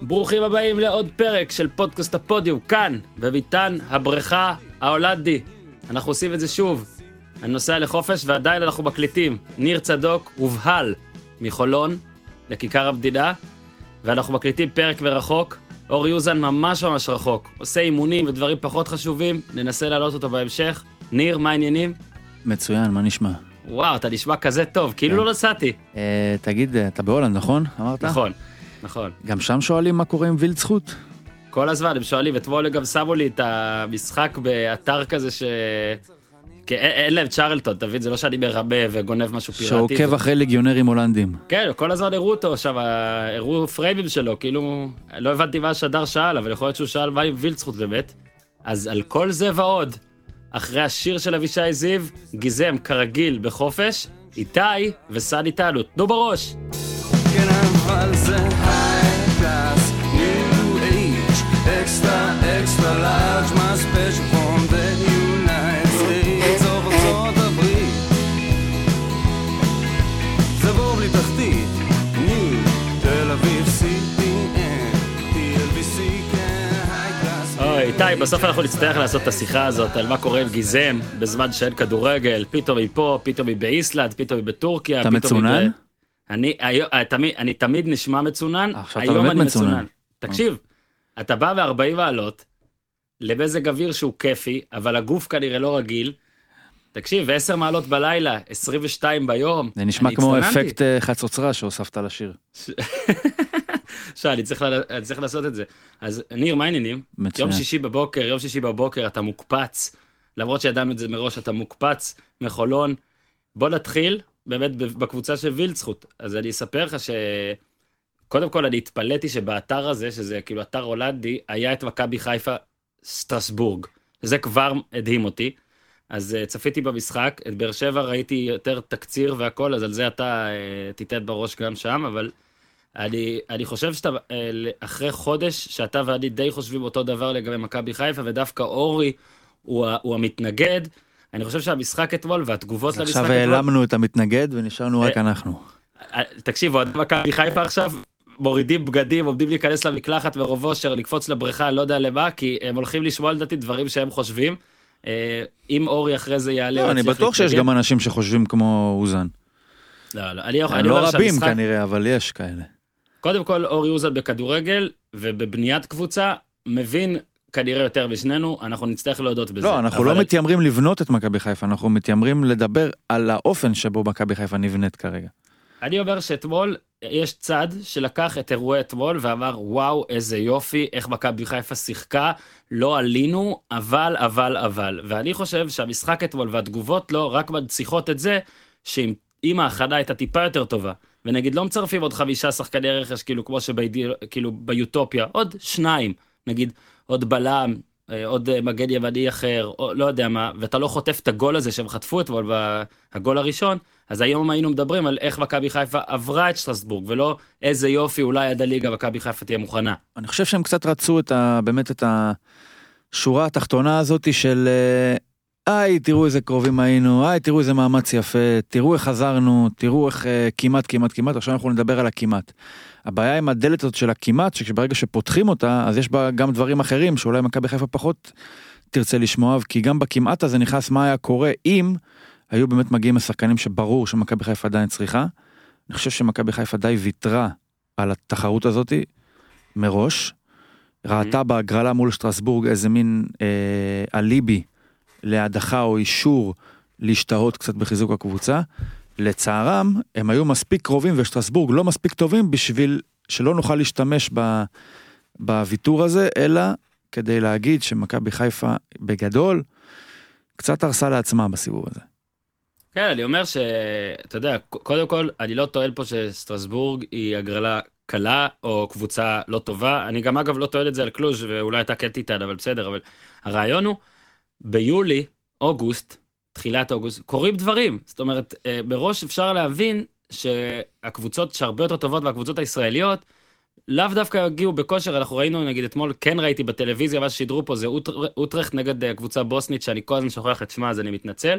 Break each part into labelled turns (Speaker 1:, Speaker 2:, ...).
Speaker 1: ברוכים הבאים לעוד פרק של פודקאסט הפודיום, כאן, בביתן הבריכה ההולנדי. אנחנו עושים את זה שוב. אני נוסע לחופש ועדיין אנחנו מקליטים. ניר צדוק הובהל מחולון לכיכר המדינה, ואנחנו מקליטים פרק ורחוק. אור יוזן ממש רחוק. עושה אימונים ודברים פחות חשובים, ננסה להעלות אותו בהמשך. ניר, מה העניינים?
Speaker 2: מצוין, מה נשמע?
Speaker 1: וואו, אתה נשמע כזה טוב, כאילו לא נסעתי.
Speaker 2: תגיד, אתה בהולנד, נכון? אמרת?
Speaker 1: נכון.
Speaker 2: גם שם שואלים מה קורה עם וילדסחוט?
Speaker 1: כל הזמן הם שואלים, אתמול גם שמו לי את המשחק באתר כזה אין להם צ'רלטון, תבין, זה לא שאני מרמה וגונב משהו פיראטי.
Speaker 2: שעוקב אחרי ליגיונרים הולנדים.
Speaker 1: כן, כל הזמן הראו אותו, עכשיו הראו פריימים שלו, כאילו, לא הבנתי מה השדר שאל, אבל יכול להיות שהוא שאל מה עם וילדסחוט באמת. אז על כל זה ועוד, אחרי השיר של אבישי זיו, גיזם כרגיל בחופש, איתי וסן איתנו, תנו בראש. כן, אבל זה high class, new age, extra large, my special from the United States of ארצות הברית. זה בור בלי תחתית, new, תל אביב, CPN, TLBC, כן, high class. אוי, איתי, בסוף אנחנו נצטרך לעשות את השיחה הזאת על מה קורה עם גיזם, בזמן שאין כדורגל, פתאום היא פה, פתאום היא באיסלנד, פתאום היא בטורקיה.
Speaker 2: אתה מצונן?
Speaker 1: אני תמיד נשמע מצונן,
Speaker 2: היום אני מצונן.
Speaker 1: תקשיב, אתה בא ב-40 מעלות, למזג אוויר שהוא כיפי, אבל הגוף כנראה לא רגיל, תקשיב, 10 מעלות בלילה, 22 ביום.
Speaker 2: זה נשמע כמו אפקט חצוצרה שהוספת לשיר.
Speaker 1: אני צריך לעשות את זה. אז ניר, מה העניינים? יום שישי בבוקר אתה מוקפץ, למרות שידענו את זה מראש, אתה מוקפץ מחולון. בוא נתחיל באמת בקבוצה של וילדסחוט. אז אני אספר לך קודם כל אני התפלאתי שבאתר הזה, שזה כאילו אתר הולנדי, היה את מכבי חיפה סטרסבורג. זה כבר הדהים אותי. אז צפיתי במשחק, את באר שבע ראיתי יותר תקציר והכל, אז על זה אתה תיתן בראש גם שם, אבל אני חושב שאתה, אחרי חודש, שאתה ואני די חושבים אותו דבר לגבי מכבי חיפה, ודווקא אורי הוא המתנגד. אני חושב שהמשחק אתמול והתגובות למשחק אתמול...
Speaker 2: עכשיו העלמנו את המתנגד ונשארנו רק אנחנו.
Speaker 1: תקשיבו, מכבי חיפה עכשיו מורידים בגדים, עומדים להיכנס למקלחת ורוב אושר, לקפוץ לבריכה, אני לא יודע למה, כי הם הולכים לשמוע לדעתי דברים שהם חושבים. אם אורי אחרי זה יעלה...
Speaker 2: אני בטוח שיש גם אנשים שחושבים כמו אוזן. לא רבים כנראה, אבל יש כאלה.
Speaker 1: קודם כל, אורי אוזן בכדורגל ובבניית קבוצה, מבין כנראה יותר משנינו, אנחנו נצטרך להודות בזה.
Speaker 2: לא, אנחנו לא מתיימרים לבנות את מכבי חיפה, אנחנו מתיימרים לדבר על האופן שבו מכבי חיפה נבנית כרגע.
Speaker 1: אני אומר שאתמול יש צד שלקח את אירועי אתמול ואמר, וואו, איזה יופי, איך מכבי חיפה שיחקה, לא עלינו, אבל. ואני חושב שהמשחק אתמול והתגובות לא רק מנציחות את זה, שאם ההכנה הייתה טיפה יותר טובה, ונגיד לא מצרפים עוד 5 שחקני רכש, כאילו כמו כאילו ביוטופיה, עוד 2, נגיד עוד בלם, עוד מגן ימני אחר, או לא יודע מה, ואתה לא חוטף את הגול הזה שהם חטפו אתמול בגול הראשון, אז היום היינו מדברים על איך מכבי חיפה עברה את שטרסבורג, ולא איזה יופי, אולי עד הליגה מכבי חיפה תהיה מוכנה.
Speaker 2: אני חושב שהם קצת רצו באמת את השורה התחתונה הזאת של תראו איזה קרובים היינו, תראו איזה מאמץ יפה, תראו איך חזרנו, תראו איך כמעט, עכשיו אנחנו נדבר על הכמעט. הבעיה עם הדלת הזאת של הכמעט, שברגע שפותחים אותה, אז יש בה גם דברים אחרים, שאולי מכבי חיפה פחות תרצה לשמוע, כי גם בכמעט הזה נכנס מה היה קורה אם היו באמת מגיעים השחקנים שברור שמכבי חיפה עדיין צריכה. אני חושב שמכבי חיפה די ויתרה על התחרות הזאת מראש, ראתה בהגרלה מול שטרסבורג איזה מין אליבי להדחה או אישור להשתהות קצת בחיזוק הקבוצה. לצערם, הם היו מספיק קרובים ושטרסבורג לא מספיק טובים בשביל שלא נוכל להשתמש בוויתור הזה, אלא כדי להגיד שמכבי חיפה בגדול קצת הרסה לעצמה בסיבוב הזה.
Speaker 1: כן, אני אומר אתה יודע, קודם כל, אני לא טוען פה שסטרסבורג היא הגרלה קלה או קבוצה לא טובה. אני גם אגב לא טוען את זה על קלוז' ואולי אתה כן תיתן, אבל בסדר. אבל הרעיון הוא, ביולי, אוגוסט, תחילת אוגוסט, קורים דברים. זאת אומרת, בראש אפשר להבין שהקבוצות שהרבה יותר טובות והקבוצות הישראליות, לאו דווקא הגיעו בכושר. אנחנו ראינו, נגיד אתמול, כן ראיתי בטלוויזיה, מה ששידרו פה זה אוטרחט נגד קבוצה בוסנית, שאני כל הזמן שוכח את שמה, אז אני מתנצל.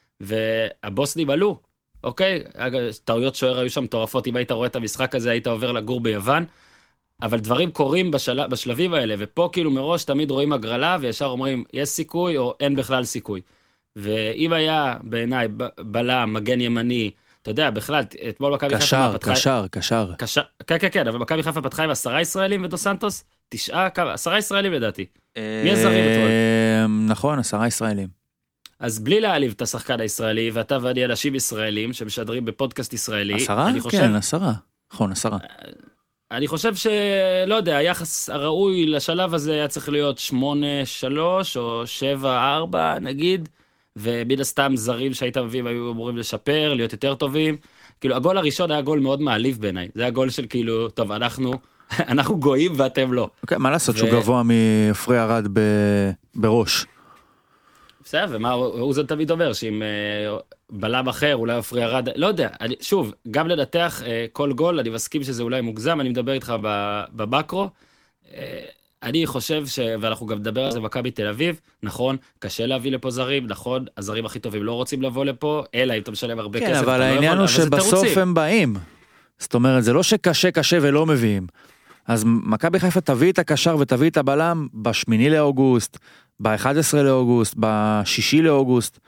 Speaker 1: והבוסנים עלו, אוקיי? טעויות שוער היו שם מטורפות, אם היית רואה את המשחק הזה, היית עובר לגור ביוון. אבל דברים קורים בשלבים האלה, ופה כאילו מראש תמיד רואים הגרלה, וישר אומרים, יש סיכוי או אין בכלל סיכוי. ואם היה בעיניי בלם, מגן ימני, אתה יודע, בכלל, אתמול מכבי חיפה פתחה... קשר. כן, אבל מכבי חיפה פתחה עם 10 ישראלים ודו סנטוס, 10 ישראלים לדעתי. מי הזרים אתמול?
Speaker 2: נכון, 10 ישראלים.
Speaker 1: אז בלי להעליב את השחקן הישראלי, ואתה ואני אנשים ישראלים שמשדרים בפודקאסט ישראלי.
Speaker 2: 10? כן, 10. נכון, 10.
Speaker 1: אני חושב שלא יודע, היחס הראוי לשלב הזה היה צריך להיות 8-3 או 7-4 נגיד, ומן הסתם זרים שהיית מביא היו אמורים לשפר, להיות יותר טובים. כאילו הגול הראשון היה גול מאוד מעליב בעיניי, זה היה גול של כאילו, טוב, אנחנו גויים ואתם לא.
Speaker 2: אוקיי, מה לעשות שהוא גבוה מפרי ארד בראש?
Speaker 1: בסדר, ומה אוזן תמיד אומר, שאם בלם אחר אולי מפרי ארד, לא יודע, שוב, גם לנתח כל גול, אני מסכים שזה אולי מוגזם, אני מדבר איתך בבקרו, אני חושב ואנחנו גם נדבר על זה מכבי תל אביב, נכון, קשה להביא לפה זרים, נכון, הזרים הכי טובים לא רוצים לבוא לפה, אלא אם אתה משלם הרבה כסף,
Speaker 2: כן, אבל העניין הוא שבסוף הם באים, זאת אומרת, זה לא שקשה ולא מביאים, אז מכבי חיפה תביא את הקשר ותביא את הבלם ב8 לאוגוסט, ב11 לאוגוסט, ב6 לאוגוסט,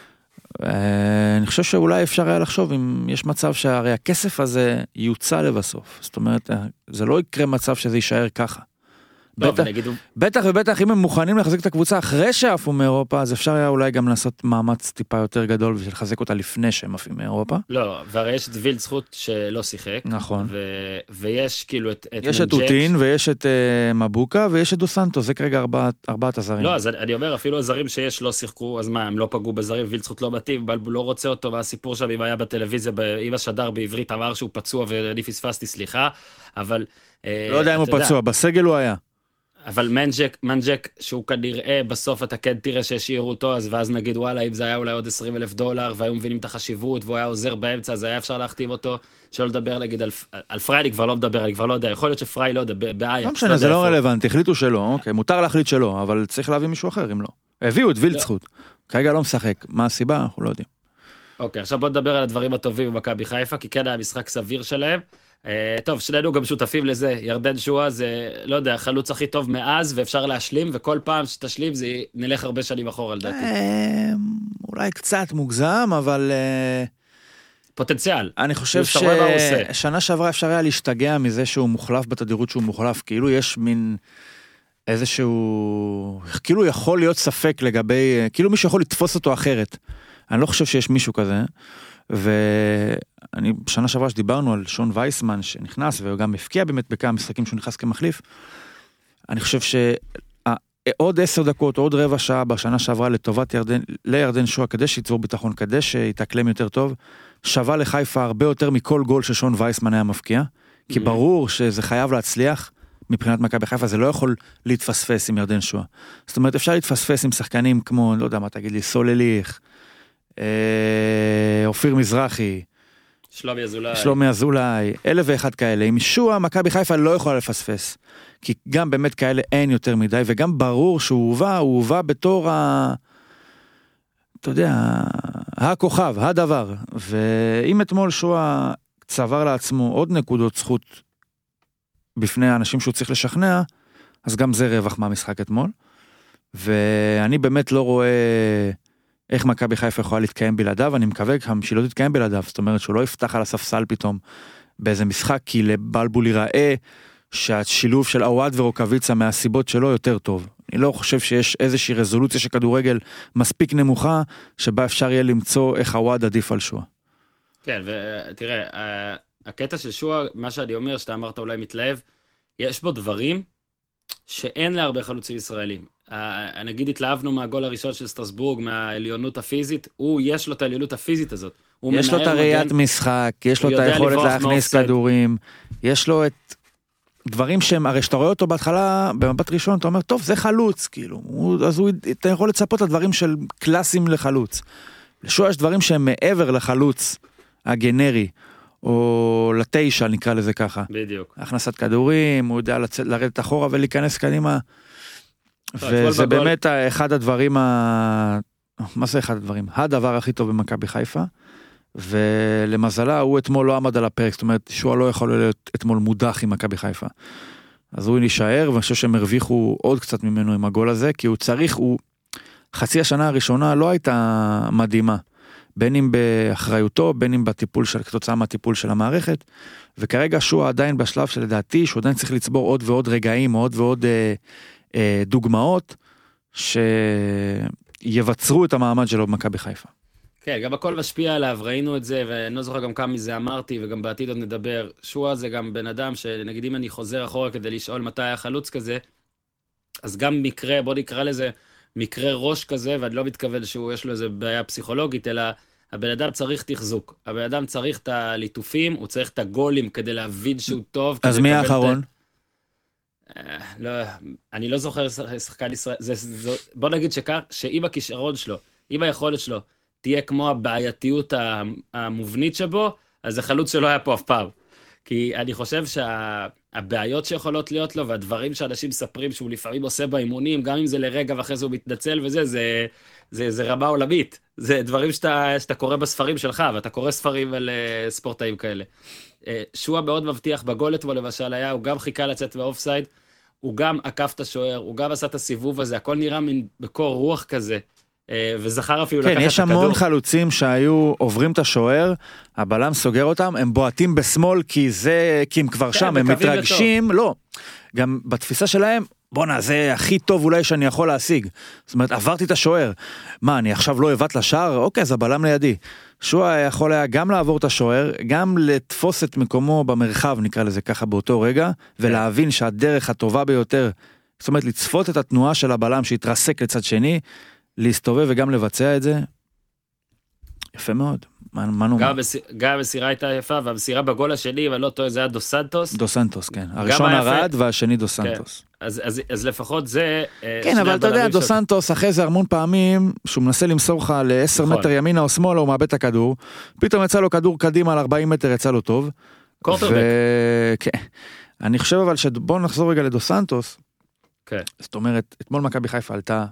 Speaker 2: אני חושב שאולי אפשר היה לחשוב אם יש מצב שהרי הכסף הזה יוצא לבסוף, זאת אומרת, זה לא יקרה מצב שזה יישאר ככה. בטח ובטח אם הם מוכנים לחזק את הקבוצה אחרי שעפו מאירופה, אז אפשר היה אולי גם לעשות מאמץ טיפה יותר גדול בשביל לחזק אותה לפני שהם עפים מאירופה.
Speaker 1: לא, והרי יש את וילדסחוט שלא שיחק.
Speaker 2: נכון.
Speaker 1: ויש כאילו את
Speaker 2: יש את אוטין ויש את מבוקה ויש את דו סנטוס, זה כרגע ארבעת הזרים.
Speaker 1: לא, אז אני אומר, אפילו הזרים שיש לא שיחקו, אז מה, הם לא פגעו בזרים, וילדסחוט לא מתאים, בלבול לא רוצה אותו, והסיפור שם אם היה בטלוויזיה, אם השדר בעברית אמר שהוא פצוע ואני פספסתי, סליחה, אבל...
Speaker 2: לא יודע אם הוא פצוע, בסגל הוא היה.
Speaker 1: אבל מנג'ק, שהוא כנראה בסוף אתה כן תראה שהשאירו אותו, אז ואז נגיד וואלה, אם זה היה אולי עוד $20,000, והיו מבינים את החשיבות, והוא היה עוזר באמצע, אז היה אפשר להכתיב אותו, שלא לדבר להגיד על פריי, אני כבר לא מדבר, אני כבר לא יודע, יכול להיות שפריי לא יודע, באייקס.
Speaker 2: לא משנה, זה לא רלוונטי, החליטו שלא, אוקיי, מותר להחליט שלא, אבל צריך להביא מישהו אחר אם לא. הביאו את וילדסחוט, כרגע לא משחק, מה הסיבה, אנחנו לא יודעים.
Speaker 1: אוקיי, עכשיו בוא נדבר על הדברים הטובים במכבי חיפה, כי כן היה משחק סביר שלהם. טוב, שנינו גם שותפים לזה, ירדן שואה זה, לא יודע, החלוץ הכי טוב מאז, ואפשר להשלים, וכל פעם שתשלים זה נלך הרבה שנים אחורה, לדעתי.
Speaker 2: אולי קצת מוגזם, אבל...
Speaker 1: פוטנציאל.
Speaker 2: אני חושב ששנה שעברה אפשר היה להשתגע מזה שהוא מוחלף בתדירות שהוא מוחלף, כאילו יש מין איזשהו... כאילו יכול להיות ספק לגבי... כאילו מישהו יכול לתפוס אותו אחרת. אני לא חושב שיש מישהו כזה. ואני בשנה שעברה שדיברנו על שון וייסמן שנכנס וגם הפקיע באמת בכמה משחקים שהוא נכנס כמחליף, אני חושב שעוד 10 דקות, עוד רבע שעה בשנה שעברה לטובת לירדן שואה, כדי שיצבור ביטחון, כדי שיתאקלם יותר טוב, שווה לחיפה הרבה יותר מכל גול ששון וייסמן היה מפקיע, כי ברור שזה חייב להצליח מבחינת מכבי חיפה, זה לא יכול להתפספס עם ירדן שואה. זאת אומרת, אפשר להתפספס עם שחקנים כמו, לא יודע מה תגיד לי, סולליך, אופיר מזרחי, שלומי אזולאי, 1001 כאלה, עם שואה מכבי חיפה לא יכולה לפספס, כי גם באמת כאלה אין יותר מדי, וגם ברור שהוא הובא בתור אתה יודע, הכוכב, הדבר, ואם אתמול שואה צבר לעצמו עוד נקודות זכות בפני האנשים שהוא צריך לשכנע, אז גם זה רווח מהמשחק אתמול, ואני באמת לא רואה איך מכבי חיפה יכולה להתקיים בלעדיו, אני מקווה גם שהיא לא תתקיים בלעדיו, זאת אומרת שהוא לא יפתח על הספסל פתאום באיזה משחק, כי לבלבול ייראה שהשילוב של אוהד ורוקביצה מהסיבות שלו יותר טוב. אני לא חושב שיש איזושהי רזולוציה של כדורגל מספיק נמוכה, שבה אפשר יהיה למצוא איך אוהד עדיף על שואה.
Speaker 1: כן, ותראה, הקטע של שואה, מה שאני אומר, שאתה אמרת אולי מתלהב, יש בו דברים שאין לה הרבה חלוצים ישראלים. נגיד התלהבנו מהגול הראשון של סטרסבורג, מהעליונות הפיזית, יש לו את העליונות הפיזית הזאת.
Speaker 2: יש לו את הראיית משחק, יש לו את היכולת להכניס כדורים, יש לו את דברים שהם, הרי שאתה רואה אותו בהתחלה, במבט ראשון, אתה אומר, טוב, זה חלוץ, כאילו, אז אתה יכול לצפות לדברים של קלאסים לחלוץ. לשואה יש דברים שהם מעבר לחלוץ הגנרי, או לתשע, נקרא לזה ככה.
Speaker 1: בדיוק.
Speaker 2: הכנסת כדורים, הוא יודע לרדת אחורה ולהיכנס קדימה, וזה באמת אחד הדברים, מה זה אחד הדברים? הדבר הכי טוב במכבי חיפה, ולמזלה הוא אתמול לא עמד על הפרק, זאת אומרת, שואה לא יכול להיות אתמול מודח עם מכבי חיפה. אז הוא נשאר, ואני חושב שהם הרוויחו עוד קצת ממנו עם הגול הזה, כי חצי השנה הראשונה לא הייתה מדהימה, בין אם באחריותו, בין אם כתוצאה מהטיפול של המערכת, וכרגע שהוא עדיין בשלב שלדעתי, שהוא עדיין צריך לצבור עוד ועוד רגעים, עוד ועוד דוגמאות, שיבצרו את המעמד שלו במכבי חיפה.
Speaker 1: כן, גם הכל משפיע עליו, ראינו את זה, ואני לא זוכר גם כמה מזה אמרתי, וגם בעתיד עוד נדבר. שואה זה גם בן אדם שנגיד אם אני חוזר אחורה כדי לשאול מתי היה חלוץ כזה, אז גם מקרה, בוא נקרא לזה, מקרה ראש כזה, ואני לא מתכוון שהוא יש לו איזה בעיה פסיכולוגית, אלא הבן אדם צריך תחזוק. הבן אדם צריך את הליטופים, הוא צריך את הגולים כדי להבין שהוא טוב.
Speaker 2: אז מי האחרון?
Speaker 1: לא, אני לא זוכר שחקן ישראל, בוא נגיד שאם הכישרון שלו, אם היכולת שלו, תהיה כמו הבעייתיות המובנית שבו, אז זה חלוץ שלא היה פה אף פעם. כי אני חושב שהבעיות שיכולות להיות לו, והדברים שאנשים מספרים שהוא לפעמים עושה באימונים, גם אם זה לרגע ואחרי זה הוא מתנצל וזה, זה רמה עולמית. זה דברים שאתה קורא בספרים שלך, ואתה קורא ספרים על ספורטאים כאלה. שואה מאוד מבטיח בגול אתמול למשל היה, הוא גם חיכה לצאת באופסייד, הוא גם עקף את השוער, הוא גם עשה את הסיבוב הזה, הכל נראה מין בקור רוח כזה. וזכר אפילו לקחת את הכדור.
Speaker 2: כן, יש המון חלוצים שהיו עוברים את השוער, הבלם סוגר אותם, הם בועטים בשמאל כי הם כבר שם, הם מתרגשים, לא. גם בתפיסה שלהם, בונה, זה הכי טוב אולי שאני יכול להשיג. זאת אומרת, עברתי את השוער. מה, אני עכשיו לא הבאת לשער? אוקיי, אז הבלם לידי. שואה יכול היה גם לעבור את השוער, גם לתפוס את מקומו במרחב, נקרא לזה ככה באותו רגע, ולהבין שהדרך הטובה ביותר, זאת אומרת, לצפות את התנועה של הבלם שהתרסק לצד שני, להסתובב וגם לבצע את זה, יפה מאוד.
Speaker 1: גם המסירה הייתה יפה, והמסירה בגול השני, אבל לא טועה, זה היה דו סנטוס.
Speaker 2: דו סנטוס, כן. הראשון הרד והשני דו סנטוס.
Speaker 1: אז לפחות זה...
Speaker 2: כן, אבל אתה יודע, דו סנטוס, אחרי זה המון פעמים, שהוא מנסה למסור לך ל10 מטר ימינה או שמאלה, הוא מאבד את הכדור, פתאום יצא לו כדור קדימה על 40 מטר, יצא לו טוב.
Speaker 1: קורטרבק.
Speaker 2: כן. אני חושב אבל שבואו נחזור רגע לדו סנטוס.
Speaker 1: כן.
Speaker 2: זאת אומרת, אתמול מכבי חיפה עלתה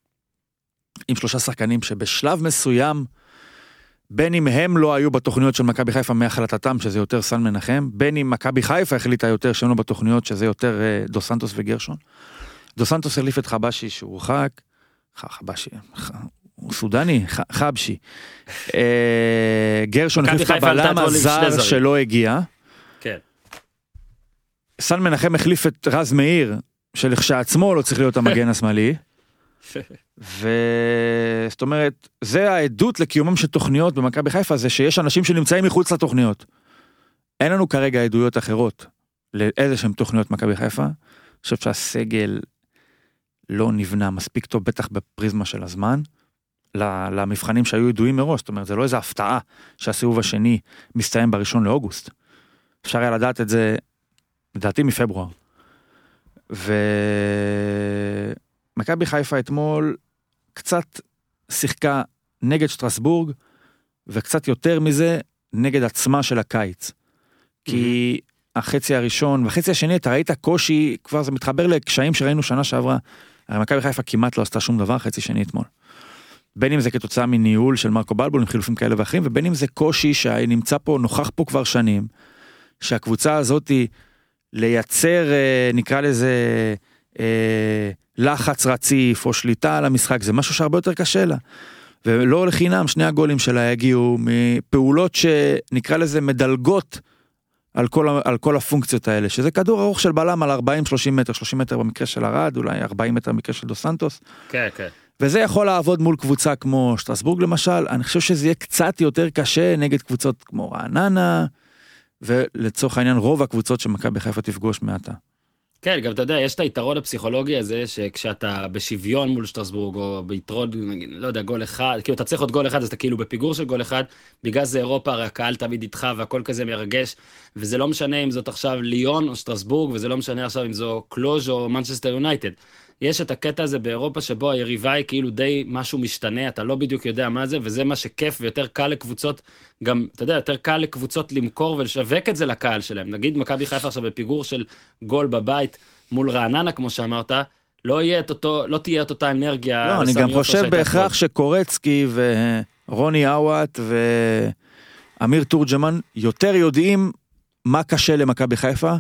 Speaker 2: עם 3 שחקנים שבשלב מסוים, בין אם הם לא היו בתוכניות של מכבי חיפה מהחלטתם, שזה יותר סן מנחם, בין אם מכבי חיפה החליטה יותר שהם לא בתוכניות, שזה יותר דו סנטוס וגרשון. דו סנטוס החליף את חבשי, שהוא חבשי, הוא סודני, חבשי. גרשון החליף את הבלם הזר שלא הגיע.
Speaker 1: כן.
Speaker 2: סן מנחם החליף את רז מאיר, שלכשעצמו לא צריך להיות המגן השמאלי. וזאת אומרת, זה העדות לקיומם של תוכניות במכבי חיפה, זה שיש אנשים שנמצאים מחוץ לתוכניות. אין לנו כרגע עדויות אחרות לאיזה שהם תוכניות מכבי חיפה. אני חושב שהסגל לא נבנה מספיק טוב, בטח בפריזמה של הזמן, למבחנים שהיו ידועים מראש. זאת אומרת, זה לא איזו הפתעה שהסיבוב השני מסתיים ב1 לאוגוסט. אפשר היה לדעת את זה, לדעתי מפברואר. מכבי חיפה אתמול קצת שיחקה נגד שטרסבורג, וקצת יותר מזה נגד עצמה של הקיץ. כי החצי הראשון, והחצי השני, אתה ראית קושי, כבר זה מתחבר לקשיים שראינו שנה שעברה. מכבי חיפה כמעט לא עשתה שום דבר, חצי שני אתמול. בין אם זה כתוצאה מניהול של מרקו בלבול, עם חילופים כאלה ואחרים, ובין אם זה קושי שנמצא פה, נוכח פה כבר שנים, שהקבוצה הזאת היא לייצר, נקרא לזה, לחץ רציף או שליטה על המשחק, זה משהו שהרבה יותר קשה לה. ולא לחינם, 2 הגולים שלה הגיעו מפעולות שנקרא לזה מדלגות על כל הפונקציות האלה, שזה כדור ארוך של בלם על 40-30 מטר, 30 מטר במקרה של הרד, אולי 40 מטר במקרה של דו סנטוס.
Speaker 1: כן, כן.
Speaker 2: וזה יכול לעבוד מול קבוצה כמו שטרסבורג למשל, אני חושב שזה יהיה קצת יותר קשה נגד קבוצות כמו רעננה, ולצורך העניין רוב הקבוצות שמכבי חיפה תפגוש מעתה.
Speaker 1: כן, גם אתה יודע, יש את היתרון הפסיכולוגי הזה, שכשאתה בשוויון מול שטרסבורג, או ביתרון, לא יודע, גול אחד, כאילו אתה צריך עוד גול אחד, אז אתה כאילו בפיגור של גול אחד, בגלל זה אירופה, הרי הקהל תמיד איתך, והכל כזה מרגש, וזה לא משנה אם זאת עכשיו ליון או שטרסבורג, וזה לא משנה עכשיו אם זו קלוז' או מנצ'סטר יונייטד. יש את הקטע הזה באירופה, שבו היריבה היא כאילו די משהו משתנה, אתה לא בדיוק יודע מה זה, וזה מה שכיף, ויותר קל לקבוצות, גם, אתה יודע, יותר קל לקבוצות למכור ולשווק את זה לקהל שלהם. נגיד, מכבי חיפה עכשיו בפיגור של גול בבית, מול רעננה, כמו שאמרת, לא תהיה את אותה אנרגיה.
Speaker 2: לא, אני גם חושב בהכרח שקורצקי ורוני אוואט ואמיר תורג'מן יותר יודעים מה קשה למכבי חיפה,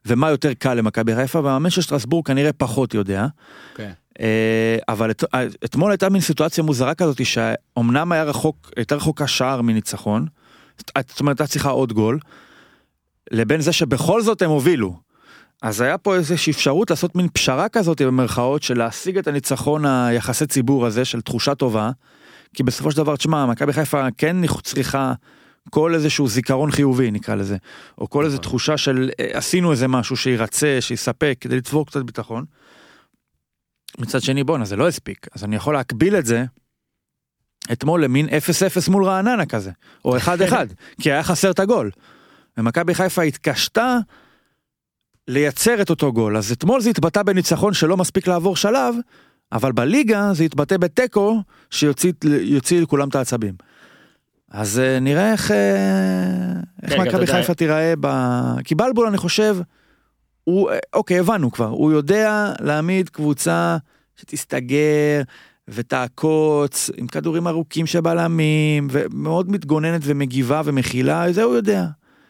Speaker 2: ומה יותר קל למכבי חיפה, והמאמן של שטרסבורג כנראה פחות יודע. אבל אתמול הייתה מין סיטואציה מוזרה כזאת, שאומנם הייתה רחוקה שער מניצחון, זאת אומרת, הייתה צריכה עוד גול, לבין זה שבכל זאת הם הובילו. אז היה פה איזושהי אפשרות לעשות מין פשרה כזאת במרכאות, של להשיג את הניצחון היחסי ציבור הזה, של תחושה טובה, כי בסופו של דבר, תשמע, מכבי חיפה כן צריכה כל איזשהו זיכרון חיובי, נקרא לזה, או כל איזו תחושה של עשינו איזה משהו שירצה, שיספק, כדי לצבור קצת ביטחון. מצד שני, בוא, זה לא הספיק, אז אני יכול להקביל את זה, אתמול למין 0-0 מול רעננה כזה, או 1-1, כי היה חסר את הגול. ומכבי חיפה התקשתה לייצר את אותו גול, אז אתמול זה התבטא בניצחון שלא מספיק לעבור שלב, אבל בליגה זה התבטא בטקו, שיוציא לכולם את העצבים. אז נראה איך מכבי חיפה תיראה, כי בלבול אני חושב, אוקיי, הבנו כבר, הוא יודע להעמיד קבוצה שתסתגר ותעקוץ, עם כדורים ארוכים שבלמים, ומאוד מתגוננת ומגיבה ומכילה, זה הוא יודע.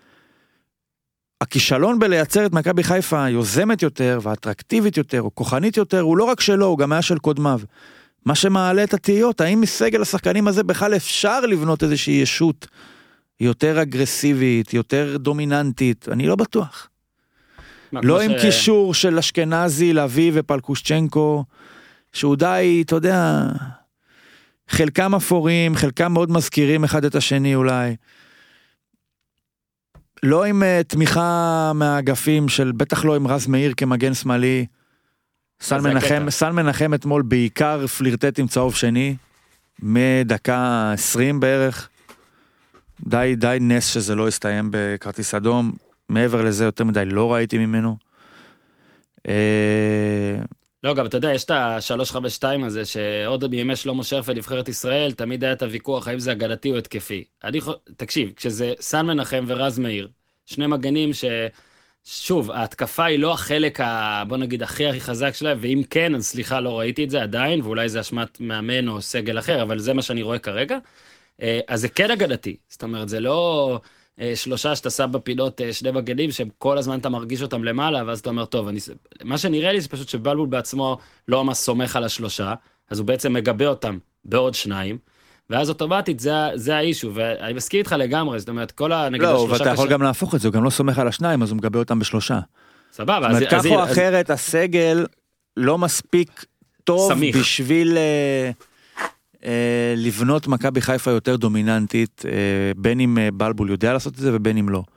Speaker 2: הכישלון בלייצר את מכבי חיפה יוזמת יותר ואטרקטיבית יותר או כוחנית יותר, הוא לא רק שלו, הוא גם היה של קודמיו. מה שמעלה את התהיות, האם מסגל השחקנים הזה בכלל אפשר לבנות איזושהי ישות יותר אגרסיבית, יותר דומיננטית? אני לא בטוח. לא עם קישור של אשכנזי, לוי ופלקושצ'נקו, שהוא די, אתה יודע, חלקם אפורים, חלקם מאוד מזכירים אחד את השני אולי. לא עם תמיכה מהאגפים של, בטח לא עם רז מאיר כמגן שמאלי. סל מנחם אתמול בעיקר פלירטט עם צהוב שני, מדקה 20 בערך. די נס שזה לא הסתיים בכרטיס אדום. מעבר לזה יותר מדי לא ראיתי ממנו.
Speaker 1: לא, גם אתה יודע, יש את ה-352 הזה, שעוד בימי שלמה שרפל נבחרת ישראל, תמיד היה את הוויכוח, האם זה הגלתי או התקפי. תקשיב, כשזה סן מנחם ורז מאיר, שני מגנים שוב, ההתקפה היא לא החלק, בוא נגיד, הכי חזק שלהם, ואם כן, אז סליחה, לא ראיתי את זה עדיין, ואולי זה אשמת מאמן או סגל אחר, אבל זה מה שאני רואה כרגע. אז זה כן הגלתי, זאת אומרת, זה לא שלושה שאתה שם בפינות שני מגנים, שכל הזמן אתה מרגיש אותם למעלה, ואז אתה אומר, טוב, מה שנראה לי זה פשוט שבלבול בעצמו לא ממש סומך על השלושה, אז הוא בעצם מגבה אותם בעוד שניים, ואז אוטומטית זה האישו, ואני מסכים איתך לגמרי, זאת אומרת, כל הנגד השלושה...
Speaker 2: לא, ואתה יכול גם להפוך את זה, הוא גם לא סומך על השניים, אז הוא מגבה אותם בשלושה.
Speaker 1: סבבה.
Speaker 2: זאת אומרת, כך או אחרת, הסגל לא מספיק טוב בשביל לבנות מכבי חיפה יותר דומיננטית, בין אם בלבול יודע לעשות את זה, ובין אם לא.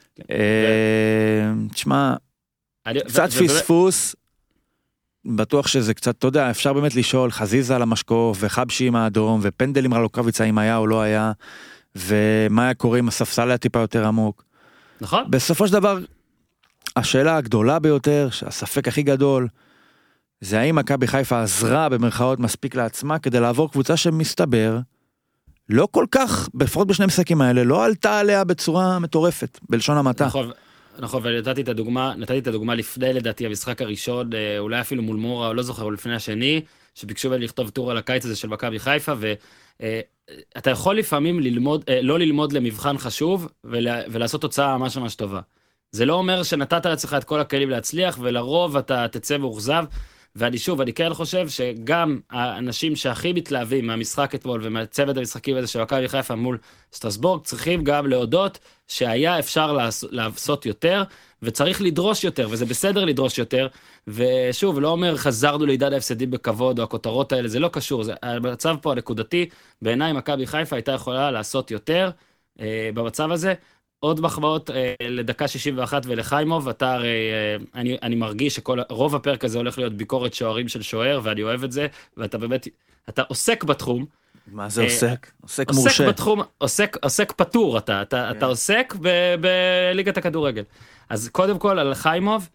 Speaker 2: תשמע, קצת פספוס, בטוח שזה קצת, אתה יודע, אפשר באמת לשאול, חזיזה על המשקוף, וחבשי עם האדום, ופנדל עם רלוקביצה אם היה או לא היה, ומה היה קורה עם הספסל היה טיפה יותר עמוק.
Speaker 1: נכון.
Speaker 2: בסופו של דבר, השאלה הגדולה ביותר, שהספק הכי גדול, זה האם מכבי חיפה עזרה במרכאות מספיק לעצמה, כדי לעבור קבוצה שמסתבר, לא כל כך, בפרוט בשני משחקים האלה, לא עלתה עליה בצורה מטורפת, בלשון המעטה.
Speaker 1: נכון, ונתתי את הדוגמה לפני, לדעתי, המשחק הראשון, אולי אפילו מול מורה, או לא זוכר, או לפני השני, שביקשו בי לכתוב טור על הקיץ הזה של מכבי חיפה, ואתה יכול לפעמים לא ללמוד למבחן חשוב, ולעשות תוצאה ממש ממש טובה. זה לא אומר שנתת לעצמך את כל הכלים להצליח, ולרוב אתה תצא מאוכזב, ואני כן חושב שגם האנשים שהכי מתלהבים מהמשחק אתמול, ומהצוות המשחקים הזה של מכבי חיפה מול שטרסבורג, צריכים גם להודות שהיה אפשר לעשות יותר, וצריך לדרוש יותר, וזה בסדר לדרוש יותר, ושוב, לא אומר חזרנו לעידן ההפסדים בכבוד, או הכותרות האלה, זה לא קשור, המצב פה הנקודתי, בעיניי מכבי חיפה הייתה יכולה לעשות יותר במצב הזה. עוד מחמאות לדקה 61 ולחיימוב, אתה הרי, אני מרגיש שרוב הפרק הזה הולך להיות ביקורת שוערים של שוער, ואני אוהב את זה, ואתה באמת, אתה עוסק בתחום.
Speaker 2: מה זה עוסק? עוסק מורשה.
Speaker 1: עוסק בתחום, עוסק פטור, אתה עוסק בליגת הכדורגל. אז קודם כל על חיימוב,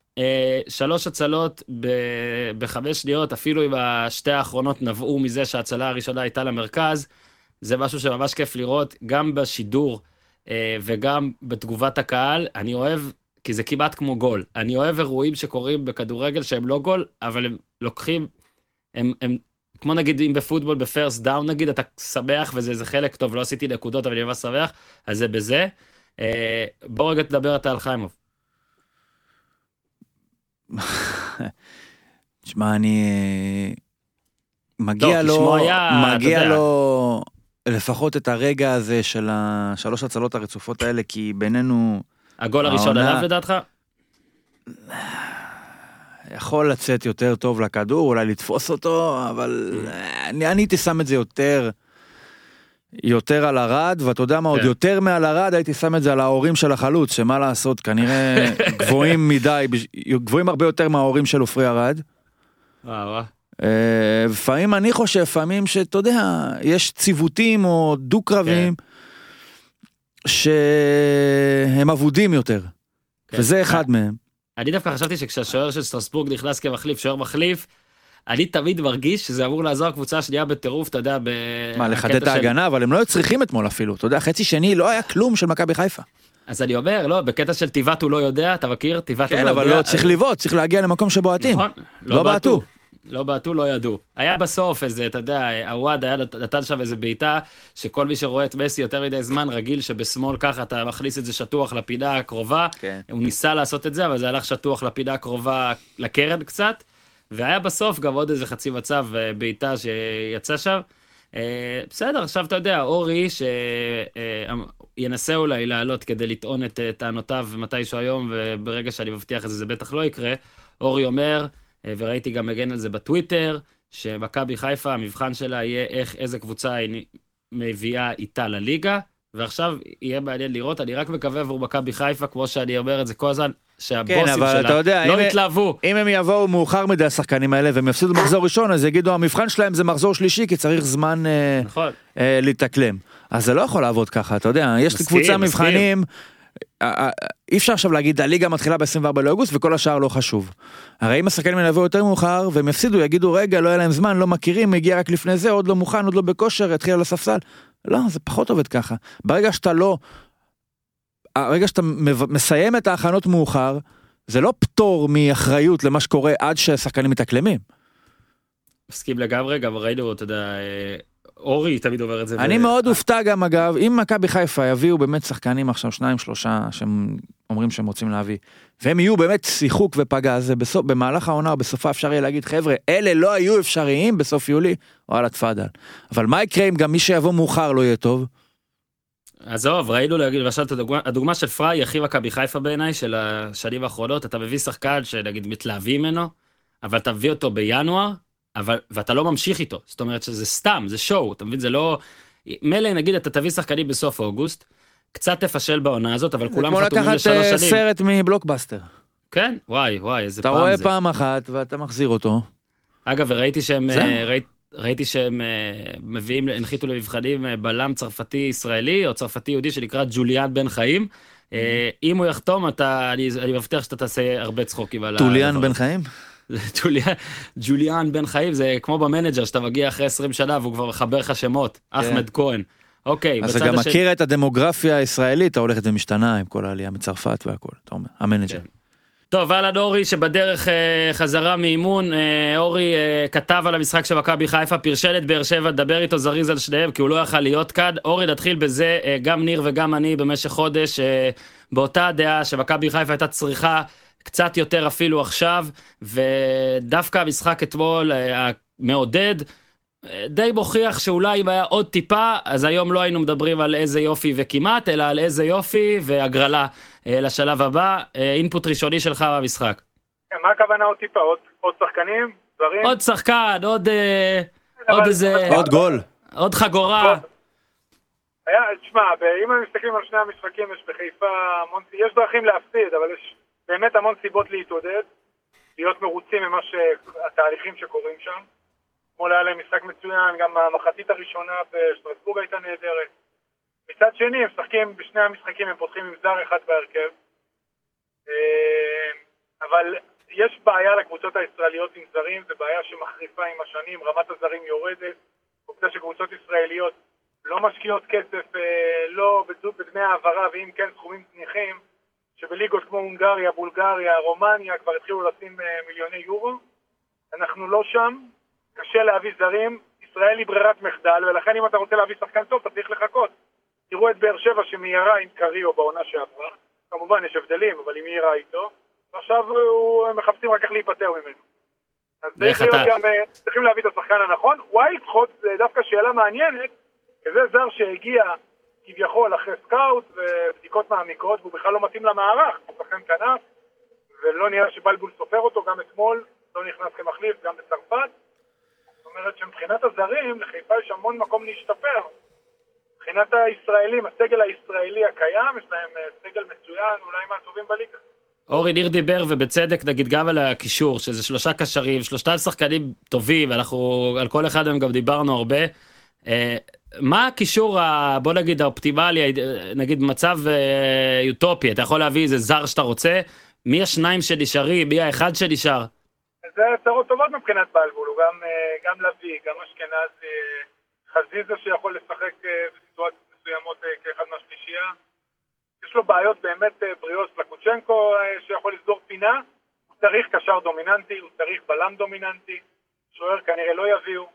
Speaker 1: 3 הצלות ב5 שניות, אפילו אם השתי האחרונות נבעו מזה שההצלה הראשונה הייתה למרכז, זה משהו שממש כיף לראות, גם בשידור, וגם בתגובת הקהל, אני אוהב, כי זה כמעט כמו גול, אני אוהב אירועים שקורים בכדורגל שהם לא גול, אבל הם לוקחים, הם כמו נגיד אם בפוטבול, בפרסט דאון נגיד, אתה שמח וזה חלק טוב, לא עשיתי נקודות, אבל אני ממש שמח, אז זה בזה. בוא רגע תדבר אתה על חיימוב.
Speaker 2: תשמע, מגיע לו לפחות את הרגע הזה של השלוש הצלות הרצופות האלה, כי בינינו...
Speaker 1: הגול הראשון עליו לדעתך?
Speaker 2: יכול לצאת יותר טוב לכדור, אולי לתפוס אותו, אבל אני הייתי שם את זה יותר על הרד, ואתה יודע מה, עוד יותר מעל הרד, הייתי שם את זה על ההורים של החלוץ, שמה לעשות, כנראה גבוהים מדי, גבוהים הרבה יותר מההורים של עופרי ארד. לפעמים אני חושב, לפעמים שאתה יודע, יש ציוותים או דו-קרבים, שהם אבודים יותר, וזה אחד מהם.
Speaker 1: אני דווקא חשבתי שכשהשוער של סטרסבורג נכנס כמחליף, שוער מחליף, אני תמיד מרגיש שזה אמור לעזור הקבוצה השנייה בטירוף, אתה יודע,
Speaker 2: מה, לחדד את ההגנה, אבל הם לא צריכים אתמול אפילו, אתה יודע, חצי שני לא היה כלום של מכבי חיפה.
Speaker 1: אז אני אומר, לא, בקטע של טיבת הוא לא יודע, אתה מכיר? טיבת הוא
Speaker 2: לא יודע. כן, אבל לא צריך לבעוט, צריך להגיע למקום שבועטים.
Speaker 1: נכון, לא בעטו. לא בעטו, לא ידעו. היה בסוף איזה, אתה יודע, הוואד היה נתן שם איזה בעיטה, שכל מי שרואה את מסי יותר מדי זמן רגיל שבשמאל ככה אתה מכניס את זה שטוח לפינה הקרובה, הוא ניסה לעשות את זה, אבל זה הלך שטוח לפינה הקרובה לקרן קצת, והיה בסוף גם עוד איזה חצי מצב בעיטה שיצא שם. בסדר, עכשיו אתה יודע, אורי שינסה אולי לעלות כדי לטעון את טענותיו מתישהו היום, וברגע שאני מבטיח את זה, זה בטח לא יקרה. אורי אומר, וראיתי גם מגן על זה בטוויטר, שמכבי חיפה, המבחן שלה יהיה איזה קבוצה היא מביאה איתה לליגה, ועכשיו יהיה מעניין לראות, אני רק מקווה עבור מכבי חיפה, כמו שאני אומר את זה כל הזמן, שהבוסים שלה לא יתלהבו.
Speaker 2: אם הם יבואו מאוחר מדי השחקנים האלה, והם יפסידו מחזור ראשון, אז יגידו, המבחן שלהם זה מחזור שלישי, כי צריך זמן להתאקלם. אז זה לא יכול לעבוד ככה, אתה יודע, יש לקבוצה מבחנים, אי אפשר עכשיו להגיד, הליגה מתחילה ב-24 לאוגוסט וכל השאר לא חשוב. הרי אם השחקנים יבואו יותר מאוחר והם יפסידו, יגידו רגע, לא היה להם זמן, לא מכירים, הגיע רק לפני זה, עוד לא מוכן, עוד לא בכושר, התחיל על הספסל. לא, זה פחות עובד ככה. ברגע שאתה מסיים את ההכנות מאוחר, זה לא פטור מאחריות למה שקורה עד שהשחקנים מתאקלמים.
Speaker 1: מסכים לגמרי, גם ראינו, אתה יודע, אורי תמיד עובר את זה.
Speaker 2: אני מאוד הופתע גם אגב, אם מכבי חיפה יביאו באמת שחקנים עכשיו 2-3 שהם אומרים שהם רוצים להביא, והם יהיו באמת שיחוק ופגע, אז במהלך העונה או בסופה אפשר יהיה להגיד, חבר'ה, אלה לא היו אפשריים בסוף יולי, או על התפדל. אבל מה יקרה אם גם מי שיבוא מאוחר לא יהיה טוב?
Speaker 1: עזוב, ראינו להגיד, למשל, הדוגמה של פראי, הכי מכבי חיפה בעיניי, של השנים האחרונות, אתה מביא שחקן שנגיד מתלהבים ממנו, אבל אתה מביא אותו בינואר, ואתה לא ממשיך איתו, זאת אומרת שזה סתם, זה שואו, אתה מבין, זה לא... מלא, נגיד, אתה תביא שחקנים בסוף אוגוסט, קצת תפשל בעונה הזאת, אבל כולם חתומים ל3 שנים.
Speaker 2: כמו לקחת סרט מבלוקבסטר.
Speaker 1: כן, וואי, איזה
Speaker 2: פעם זה. אתה רואה פעם אחת, ואתה מחזיר אותו.
Speaker 1: אגב, ראיתי שהם מביאים, הנחיתו למבחנים בלם צרפתי ישראלי, או צרפתי יהודי שנקרא ג'וליאן בן חיים. אם הוא יחתום, אני מבטיח שאתה תעשה הרבה צחוקים על...
Speaker 2: טוליאן בן חיים?
Speaker 1: ג'וליאן בן חיים, זה כמו במנג'ר, שאתה מגיע אחרי 20 שנה, והוא כבר מחבר לך שמות, אחמד כהן. אוקיי.
Speaker 2: אז אתה גם מכיר את הדמוגרפיה הישראלית, ההולכת ומשתנה עם כל העלייה מצרפת והכל, אתה אומר, המנג'ר.
Speaker 1: טוב, אהלן אורי, שבדרך חזרה מאימון, אורי כתב על המשחק של מכבי חיפה, פרשן את באר שבע, דבר איתו זריז על שניהם, כי הוא לא יכל להיות כאן. אורי, נתחיל בזה, גם ניר וגם אני במשך חודש, באותה דעה שמכבי חיפה הייתה צריכה קצת יותר אפילו עכשיו, ודווקא המשחק אתמול מעודד, די מוכיח שאולי אם היה עוד טיפה, אז היום לא היינו מדברים על איזה יופי וכמעט, אלא על איזה יופי והגרלה לשלב הבא. אינפוט ראשוני שלך במשחק.
Speaker 3: מה הכוונה עוד טיפה? עוד שחקנים? דברים?
Speaker 1: עוד שחקן, עוד איזה...
Speaker 2: עוד גול.
Speaker 1: עוד חגורה.
Speaker 3: תשמע, אם הם מסתכלים על שני המשחקים, יש בחיפה המון... יש דרכים להפסיד, אבל יש באמת המון סיבות להתעודד, להיות מרוצים ממה התהליכים שקורים שם. אתמול היה להם משחק מצוין, גם המחצית הראשונה בשטרסבורג הייתה נהדרת. מצד שני, הם משחקים בשני המשחקים, הם פותחים עם זר אחד בהרכב. אבל יש בעיה לקבוצות הישראליות עם זרים, זה בעיה שמחריפה עם השנים, רמת הזרים יורדת. עובדה שקבוצות ישראליות לא משקיעות כסף, לא בדמי העברה, ואם כן סכומים זניחים, שבליגות כמו הונגריה, בולגריה, רומניה, כבר התחילו לשים מיליוני יורו. אנחנו לא שם. קשה להביא זרים, ישראל היא ברירת מחדל, ולכן אם אתה רוצה להביא שחקן טוב, אתה צריך לחכות. תראו את באר שבע שמיירה עם קריו בעונה שעברה, כמובן יש הבדלים, אבל היא מיירה איתו, ועכשיו הם מחפשים רק איך להיפטר ממנו. אז צריכים להביא את השחקן הנכון. ויילדסחוט זה דווקא שאלה מעניינת, כי זה זר שהגיע כביכול אחרי סקאוט ובדיקות מעמיקות, והוא בכלל לא מתאים למערך, הוא שחקן כנף, ולא נראה שבלבול סופר אותו, גם אתמול לא נכנס כמחליף, גם בצרפת. זאת אומרת שמבחינת הזרים, לחיפה יש המון מקום להשתפר. מבחינת הישראלים, הסגל הישראלי הקיים, יש להם סגל מצוין, אולי מהטובים בליגה.
Speaker 1: אורי ניר דיבר, ובצדק נגיד גם על הקישור, שזה 3 קשרים, 3 שחקנים טובים, ואנחנו על כל אחד מהם גם דיברנו הרבה. מה הקישור, בוא נגיד, האופטימלי, נגיד מצב אוטופי, אתה יכול להביא איזה זר שאתה רוצה, מי השניים שנשארים, מי האחד שנשאר?
Speaker 3: זה צרות טובות מבחינת בלבול, הוא גם לוי, גם אשכנזי, חזיזה שיכול לשחק בסיטואציות מסוימות כאחד מהשלישייה. יש לו בעיות באמת בריאות, פלקוצ'נקו שיכול לסגור פינה, הוא צריך קשר דומיננטי, הוא צריך בלם דומיננטי, שוער כנראה לא יביאו,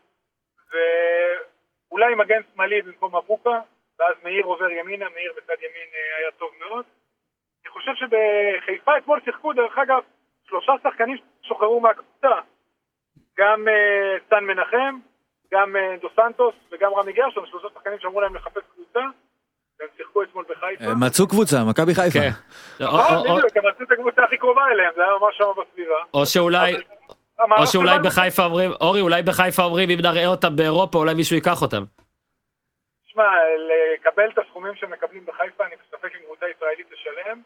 Speaker 3: ואולי מגן שמאלי במקום מבוקה, ואז מאיר עובר ימינה, מאיר בצד ימין היה טוב מאוד. אני חושב שבחיפה אתמול שיחקו, דרך אגב, 3 שחקנים שוחררו מהקבוצה, גם סטן מנחם, גם דו סנטוס וגם רמי גרשון, 3 שחקנים שאמרו להם לחפש קבוצה, והם שיחקו אתמול בחיפה.
Speaker 2: מצאו קבוצה, מכבי חיפה.
Speaker 3: בדיוק, הם מצאו את הקבוצה הכי קרובה אליהם, זה היה ממש שם בסביבה.
Speaker 1: או שאולי בחיפה אומרים, אורי, אולי בחיפה אומרים, אם נראה אותם באירופה, אולי מישהו ייקח אותם.
Speaker 3: תשמע, לקבל את הסכומים שמקבלים בחיפה, אני מספק עם קבוצה ישראלית לשלם.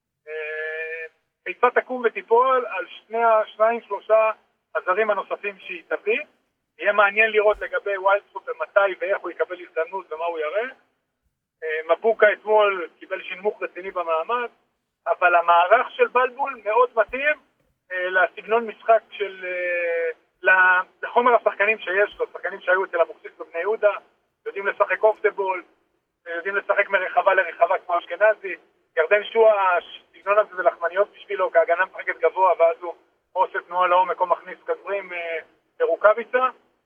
Speaker 3: חיפה תקום ותיפול על 2-3 הזרים הנוספים שהיא תביא. יהיה מעניין לראות לגבי ויילדסחוט ומתי ואיך הוא יקבל הזדמנות ומה הוא יראה. מבוקה אתמול קיבל שינמוך רציני במעמד, אבל המערך של בלבול מאוד מתאים לסגנון משחק של לחומר השחקנים שיש לו, שחקנים שהיו אצל אבוקסיס בבני יהודה, יודעים לשחק אוף דה בול, יודעים לשחק מרחבה לרחבה כמו אשכנזי. ירדן שועה, הסגנון הזה זה לחמניות בשבילו, כהגנה משחקת גבוה, ואז הוא עושה תנועה לעומק או מכניס כדורים לרוקביצה.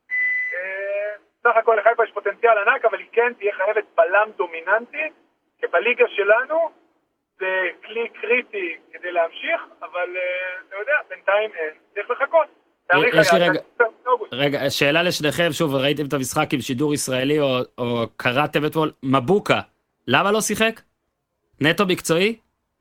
Speaker 3: סך הכל לחיפה יש פוטנציאל ענק, אבל היא כן תהיה חייבת בלם דומיננטי, כי בליגה שלנו זה כלי קריטי כדי להמשיך, אבל אתה יודע, בינתיים אין, צריך לחכות.
Speaker 1: יש לי רגע, שאלה לשניכם, שוב, ראיתם את המשחק עם שידור ישראלי או קראתם אתמול, מבוקה, למה לא שיחק? נטו מקצועי?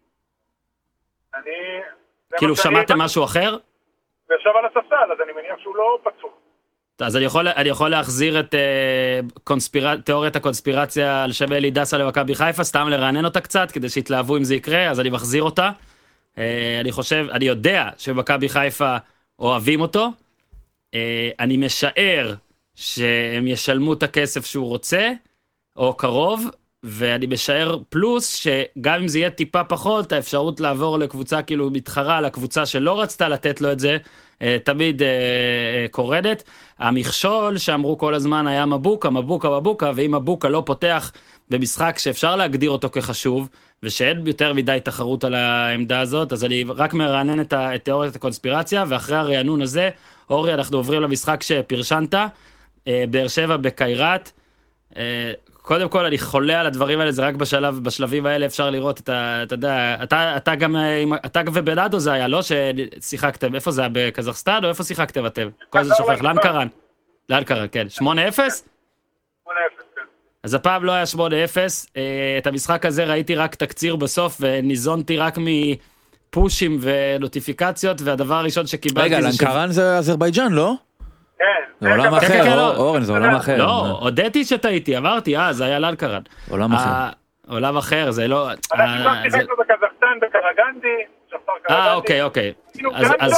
Speaker 1: כאילו שמעתם משהו אחר?
Speaker 3: וישב על הספסל, אז אני מניח שהוא לא פצוע.
Speaker 1: אז אני יכול להחזיר את תיאוריית הקונספירציה על שם אלי דסה למכבי חיפה, סתם לרענן אותה קצת, כדי שיתלהבו אם זה יקרה, אז אני מחזיר אותה. אני יודע שבמכבי חיפה אוהבים אותו, אני משער שהם ישלמו את הכסף שהוא רוצה, או קרוב, ואני משער פלוס שגם אם זה יהיה טיפה פחות, האפשרות לעבור לקבוצה כאילו מתחרה לקבוצה שלא רצתה לתת לו את זה, תמיד קורדת. המכשול שאמרו כל הזמן היה מבוקה, ואם מבוקה לא פותח במשחק שאפשר להגדיר אותו כחשוב, ושאין יותר מדי תחרות על העמדה הזאת, אז אני רק מרענן את תיאוריית הקונספירציה, ואחרי הרענון הזה, אורי, אנחנו עוברים למשחק שפרשנת, באר שבע בקיירת. קודם כל אני חולה על הדברים האלה, זה רק בשלבים האלה אפשר לראות אתה יודע, אתה ובנאדו זה היה, לא ששיחקתם, איפה זה היה, בקזחסטן או איפה שיחקתם אתם? כל זה שופך, לאנקרן, כן, 8-0? 8-0,
Speaker 3: כן.
Speaker 1: אז הפעם לא היה 8-0, את המשחק הזה ראיתי רק תקציר בסוף, וניזונתי רק מפושים ונוטיפיקציות, והדבר הראשון שקיבלתי
Speaker 2: רגע, לאנקרן זה אזרבייג'אן, לא? זה עולם אחר, אורן, זה עולם אחר.
Speaker 1: לא, הודיתי שטעיתי, אמרתי, זה היה לאנקרן.
Speaker 2: עולם אחר.
Speaker 1: עולם אחר, זה לא...
Speaker 3: אני שיחקנו בקזחסטן, בקרגנדי,
Speaker 1: אוקיי. אז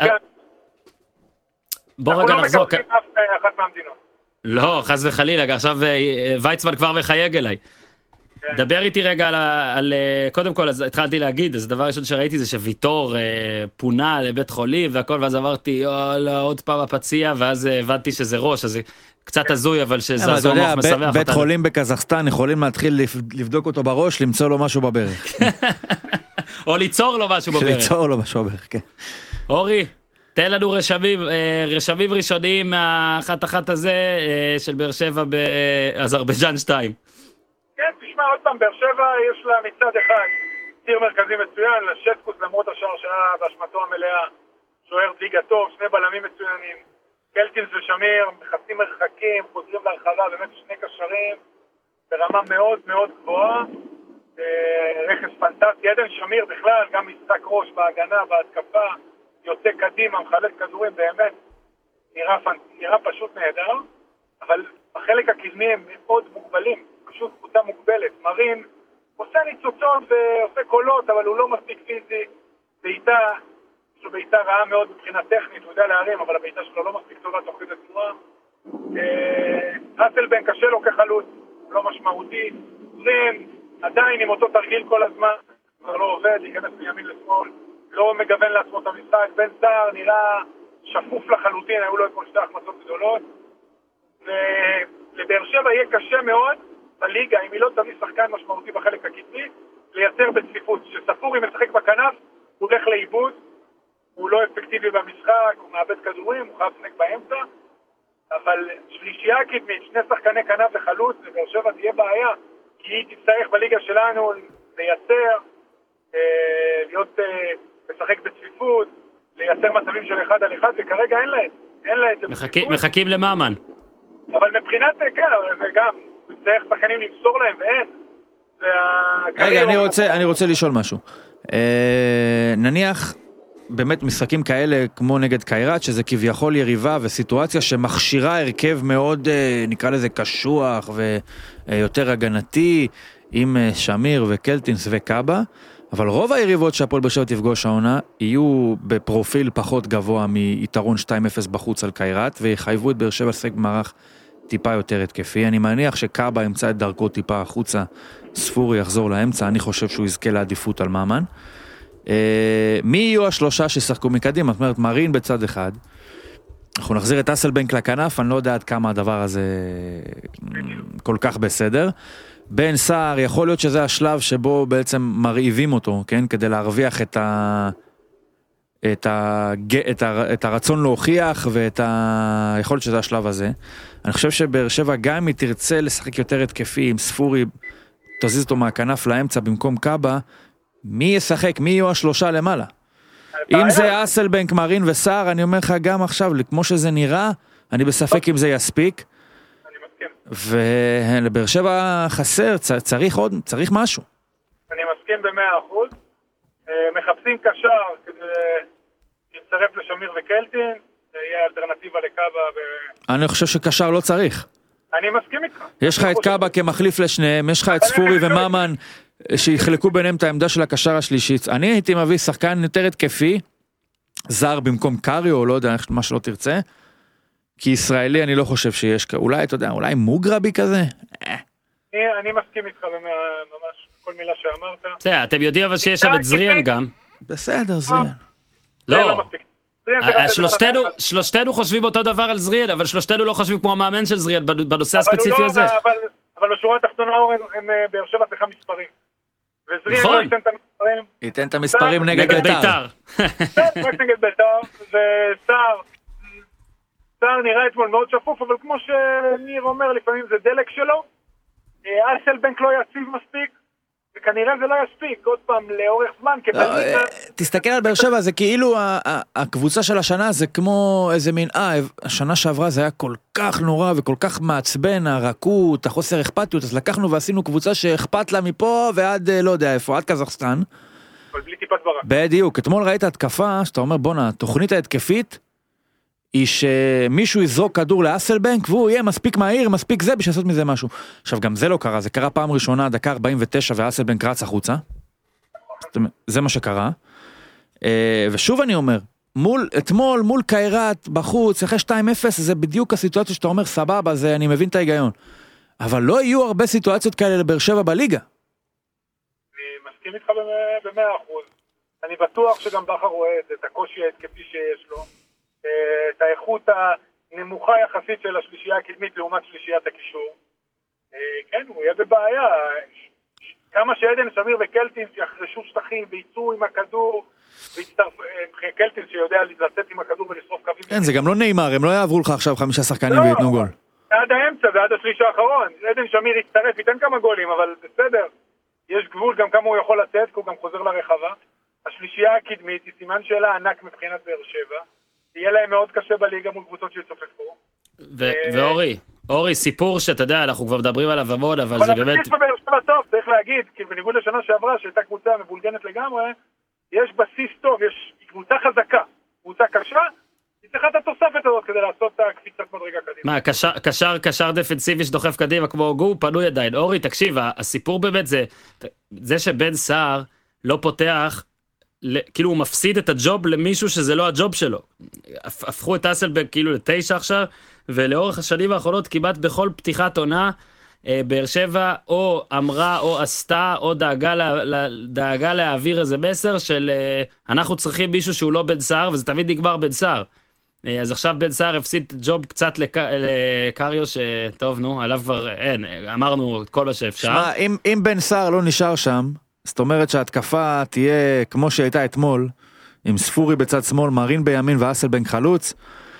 Speaker 1: בוא רגע נחזור.
Speaker 3: אנחנו לא מקבלים אף אחת מהמדינות.
Speaker 1: לא, חס וחלילה, עכשיו ויצמן כבר מחייג אליי. דבר איתי רגע על קודם כל, אז התחלתי להגיד, אז הדבר הראשון שראיתי זה שוויטור פונה לבית חולים והכל, ואז אמרתי, יאללה, עוד פעם הפציע, ואז הבנתי שזה ראש, אז זה קצת הזוי, אבל שזה הזו מוח משמח אותנו.
Speaker 2: בית חולים בקזחסטן יכולים להתחיל לבדוק אותו בראש, למצוא לו משהו בברך.
Speaker 1: או ליצור לו משהו בברך.
Speaker 2: כן.
Speaker 1: אורי, תן לנו רשמים ראשוניים מהאחת הזה של באר שבע באזרבייג'אן 2.
Speaker 3: כן, תשמע עוד פעם, באר שבע יש לה מצד אחד ציר מרכזי מצוין, לשטקוס למרות השאר שהיה באשמתו המלאה, שוער ליגה טוב, שני בלמים מצוינים, קלטינס ושמיר, מחפשים מרחקים, חוזרים להרחבה, באמת שני קשרים, ברמה מאוד מאוד גבוהה, רכס פנטסטי, עדן שמיר בכלל, גם משחק ראש בהגנה, בהתקפה, יוצא קדימה, מחלק כדורים, באמת נראה פשוט נהדר, אבל בחלק הקדמי הם מאוד מוגבלים, פשוט קבוצה מוגבלת. מרין עושה ניצוצות ועושה קולות, אבל הוא לא מספיק פיזי, בעיטה רעה מאוד מבחינה טכנית, הוא יודע להרים, אבל הבעיטה שלו לא מספיק טובה תוך כדי תנועה. אסלבנק קשה לו כחלוץ, לא משמעותי. זרין עדיין עם אותו תרגיל כל הזמן, כבר לא עובד, להיכנס מימין לשמאל, לא מגוון לעצמו את המשחק. בן סער נראה שפוף לחלוטין, היו לו אתמול שתי החמצות גדולות. ולבאר שבע יהיה קשה מאוד בליגה, אם היא לא תביא שחקן משמעותי בחלק הקדמי, לייצר בצפיפות. כשספורי משחק בכנף, הוא הולך לאיבוד, הוא לא אפקטיבי במשחק, הוא מאבד כדורים, הוא חייב לשחק באמצע, אבל שלישייה קדמית, שני שחקני כנף וחלוץ, לבאר שבע תהיה בעיה, כי היא תצטרך בליגה שלנו לייצר, להיות לשחק בצפיפות, לייצר מצבים של אחד על אחד, וכרגע אין לה את זה.
Speaker 1: מחכים למאמן.
Speaker 3: אבל מבחינת, כן, וגם, צריך שחקנים למסור להם, ואין.
Speaker 2: רגע, אני רוצה לשאול משהו. נניח, באמת משחקים כאלה כמו נגד קיירת, שזה כביכול יריבה וסיטואציה שמכשירה הרכב מאוד, נקרא לזה קשוח ויותר הגנתי, עם שמיר וקלטינס וקאבה, אבל רוב היריבות שהפועל באר שבע תפגוש העונה יהיו בפרופיל פחות גבוה מיתרון 2-0 בחוץ על קיירת, ויחייבו את באר שבע לשחק במערך טיפה יותר התקפי. אני מניח שקאבה ימצא את דרכו טיפה החוצה, ספורי יחזור לאמצע, אני חושב שהוא יזכה לעדיפות על מאמן. מי יהיו השלושה ששחקו מקדימה? זאת אומרת, מרין בצד אחד, אנחנו נחזיר את אסלבנק לכנף, אני לא יודע עד כמה הדבר הזה כל כך בסדר. בן סער, יכול להיות שזה השלב שבו בעצם מרעיבים אותו, כן? כדי להרוויח את הרצון להוכיח, יכול להיות שזה השלב הזה. אני חושב שבאר שבע, גם אם היא תרצה לשחק יותר התקפי, עם ספורי, תזיז אותו מהכנף לאמצע במקום קאבה, מי ישחק? מי יהיו השלושה למעלה? אם זה אסלבנק, מרין וסער, אני אומר לך גם עכשיו, כמו שזה נראה, אני בספק אם זה יספיק. ולבאר שבע חסר, צריך משהו.
Speaker 3: אני מסכים ב100%. מחפשים קשר כדי להצטרף לשמיר וקלטין, יהיה אלטרנטיבה לקאבה.
Speaker 2: אני חושב שקשר לא צריך.
Speaker 3: אני מסכים איתך.
Speaker 2: יש לך את קאבה כמחליף לשניהם, יש לך את ספורי ומאמן, שיחלקו ביניהם את העמדה של הקשר השלישית. אני הייתי מביא שחקן יותר התקפי, זר במקום קריו, או לא יודע, מה שלא תרצה, כי ישראלי אני לא חושב שיש, אולי, אתה יודע, אולי מוגרבי כזה?
Speaker 3: אני מסכים איתך ממש כל מילה שאמרת.
Speaker 1: אתם יודעים אבל שיש שם את זריאן גם.
Speaker 2: בסדר, זריאן.
Speaker 1: לא, שלושתנו חושבים אותו דבר על זריאן, אבל שלושתנו לא חושבים כמו המאמן של זריאן בנושא הספציפי הזה.
Speaker 3: אבל בשורה התחתונה הם באר שבע צריכה מספרים. וזריאן לא ייתן את המספרים.
Speaker 2: ייתן את המספרים נגד בית"ר.
Speaker 3: רק נגד בית"ר, וסער נראה אתמול מאוד שפוף, אבל כמו שניר אומר, לפעמים זה דלק שלו. אסלבנק לא יציב מספיק, וכנראה זה לא יספיק, עוד פעם, לאורך זמן.
Speaker 2: תסתכל על באר שבע, זה כאילו הקבוצה של השנה, זה כמו איזה מין, השנה שעברה זה היה כל כך נורא וכל כך מעצבן, הרכות, החוסר אכפתיות, אז לקחנו ועשינו קבוצה שאכפת לה מפה ועד לא יודע איפה, עד קזחסטן.
Speaker 3: אבל בלי טיפת ברק.
Speaker 2: בדיוק, אתמול ראית התקפה, שאתה אומר בונה, התוכנית ההתקפית, היא שמישהו יזרוק כדור לאסלבנק, והוא יהיה מספיק מהיר, מספיק זה, בשביל לעשות מזה משהו. עכשיו, גם זה לא קרה, זה קרה פעם ראשונה, דקה 49, ואסלבנק רץ החוצה. זה מה שקרה. ושוב אני אומר, אתמול, מול קיירת, בחוץ, אחרי 2-0, זה בדיוק הסיטואציה שאתה אומר, סבבה, זה, אני מבין את ההיגיון. אבל לא יהיו הרבה סיטואציות כאלה לבאר שבע בליגה.
Speaker 3: אני מסכים איתך ב100%. אני בטוח שגם בכר רואה את הקושי ההתקפי שיש לו. את האיכות הנמוכה יחסית של השלישייה הקדמית לעומת שלישיית הקישור. כן, הוא יהיה בבעיה. כמה שעדן, שמיר וקלטינס יחרשו שטחים וייצאו עם הכדור, קלטינס שיודע לצאת עם הכדור ולשרוף קווים.
Speaker 2: כן, זה גם לא נאמר, הם לא יעברו לך עכשיו 5 שחקנים ויתנו גול.
Speaker 3: עד האמצע ועד השליש האחרון. עדן שמיר יצטרף, ייתן כמה גולים, אבל בסדר. יש גבול גם כמה הוא יכול לצאת, כי הוא גם חוזר לרחבה. השלישייה הקדמית היא סימן שאלה ענק מבחינת באר שבע, יהיה להם מאוד קשה בליגה מול קבוצות שיצופפו.
Speaker 1: אורי, סיפור שאתה יודע, אנחנו כבר מדברים עליו המון, אבל זה באמת...
Speaker 3: אבל בבאר שבע טוב, צריך להגיד, כי בניגוד לשנה שעברה, שהייתה קבוצה מבולגנת לגמרי, יש בסיס טוב, יש קבוצה חזקה, קבוצה קשה, היא צריכה את התוספת הזאת כדי לעשות את הקפיצת מדרגה קדימה.
Speaker 1: קשר דפנסיבי שדוחף קדימה כמו גו, פנוי עדיין. אורי, תקשיב, הסיפור באמת זה שבן סער לא פותח, כאילו הוא מפסיד את הג'וב למישהו שזה לא הג'וב שלו. הפכו את אסלבנק כאילו ל9 עכשיו, ולאורך השנים האחרונות כמעט בכל פתיחת עונה, באר שבע או אמרה או עשתה או דאגה להעביר איזה מסר של אנחנו צריכים מישהו שהוא לא בן סער, וזה תמיד נגמר בן סער. אז עכשיו בן סער הפסיד ג'וב קצת לקריו, שטוב נו, עליו כבר אין, אמרנו את כל מה שאפשר.
Speaker 2: שמה, אם בן סער לא נשאר שם, זאת אומרת שההתקפה תהיה כמו שהייתה אתמול, עם ספורי בצד שמאל, מרין בימין ואסלבנק חלוץ,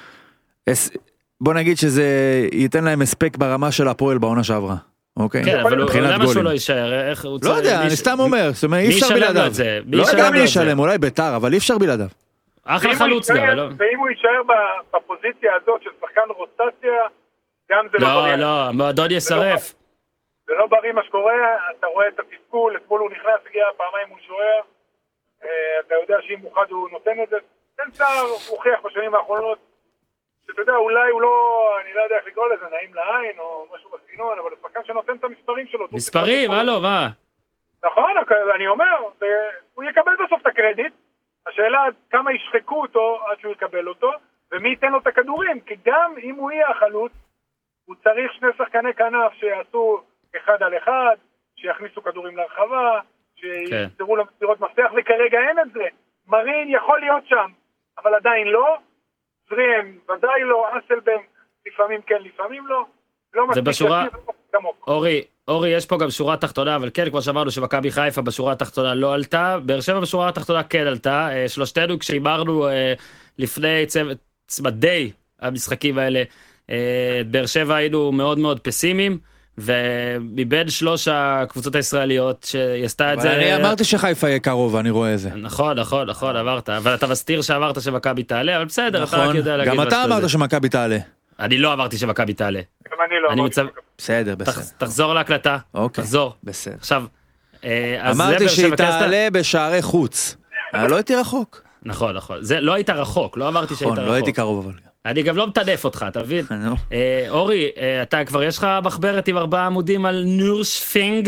Speaker 2: בוא נגיד שזה ייתן להם הספק ברמה של הפועל בעונה שעברה. אוקיי?
Speaker 1: כן, אבל למה שהוא לא יישאר?
Speaker 2: לא יודע, אני סתם אומר, זאת אומרת, אי אפשר בלעדיו. לא יודע מי ישלם, אולי ביתר, אבל אי אפשר בלעדיו.
Speaker 1: אחלה חלוץ גם, לא?
Speaker 3: ואם הוא יישאר בפוזיציה הזאת של שחקן רוטציה, גם זה לא בריא.
Speaker 1: לא, המועדון ישרף.
Speaker 3: זה לא בריא מה שקורה, אתה רואה את התסכול, אתמול הוא נכנס, הגיע פעמיים מול שוער, אתה יודע שאם מוחד הוא נותן את זה, בן סער הוכיח בשנים האחרונות, שאתה יודע, אולי הוא לא, אני לא יודע איך לקרוא לזה, נעים לעין או משהו בסגנון, אבל השחקן שנותן את המספרים שלו.
Speaker 1: מספרים, הלו, מה?
Speaker 3: נכון, אני אומר, הוא יקבל בסוף את הקרדיט, השאלה כמה ישחקו אותו עד שהוא יקבל אותו, ומי ייתן לו את הכדורים, כי גם אם הוא יהיה החלוץ, הוא צריך שני שחקני כנף שיעשו 1 על 1, שיכניסו כדורים לרחבה, שיצטרו למסירות מפתח, וכרגע אין את זה. מרין יכול להיות שם, אבל עדיין לא. זריאן ודאי לא, אסלבנק לפעמים כן, לפעמים לא. לא מספיק
Speaker 1: בשורה... אורי, יש פה גם שורה תחתונה, אבל כן, כמו שאמרנו שמכבי חיפה בשורה התחתונה לא עלתה, באר שבע בשורה התחתונה כן עלתה, שלושתנו כשהימרנו לפני צמדי המשחקים האלה, באר שבע היינו מאוד מאוד פסימיים, ומבין 3 הקבוצות הישראליות שהיא עשתה את זה...
Speaker 2: אני אמרתי שחיפה יהיה קרוב, אני רואה את זה.
Speaker 1: נכון, אמרת, אבל אתה מסתיר שאמרת שמכבי תעלה, אבל בסדר, אתה רק יודע להגיד...
Speaker 2: גם אתה אמרת שמכבי תעלה.
Speaker 1: אני לא אמרתי שמכבי תעלה.
Speaker 3: גם אני לא אמרתי.
Speaker 2: בסדר.
Speaker 1: תחזור להקלטה, תחזור.
Speaker 2: בסדר.
Speaker 1: עכשיו...
Speaker 2: אמרתי שהיא תעלה בשערי חוץ. לא הייתי רחוק.
Speaker 1: נכון. זה לא היית רחוק, לא אמרתי שהיית רחוק.
Speaker 2: לא הייתי קרוב אבל.
Speaker 1: אני גם לא מטנף אותך, אתה מבין? אורי, אתה כבר יש לך מחברת עם 4 עמודים על נורשפינג?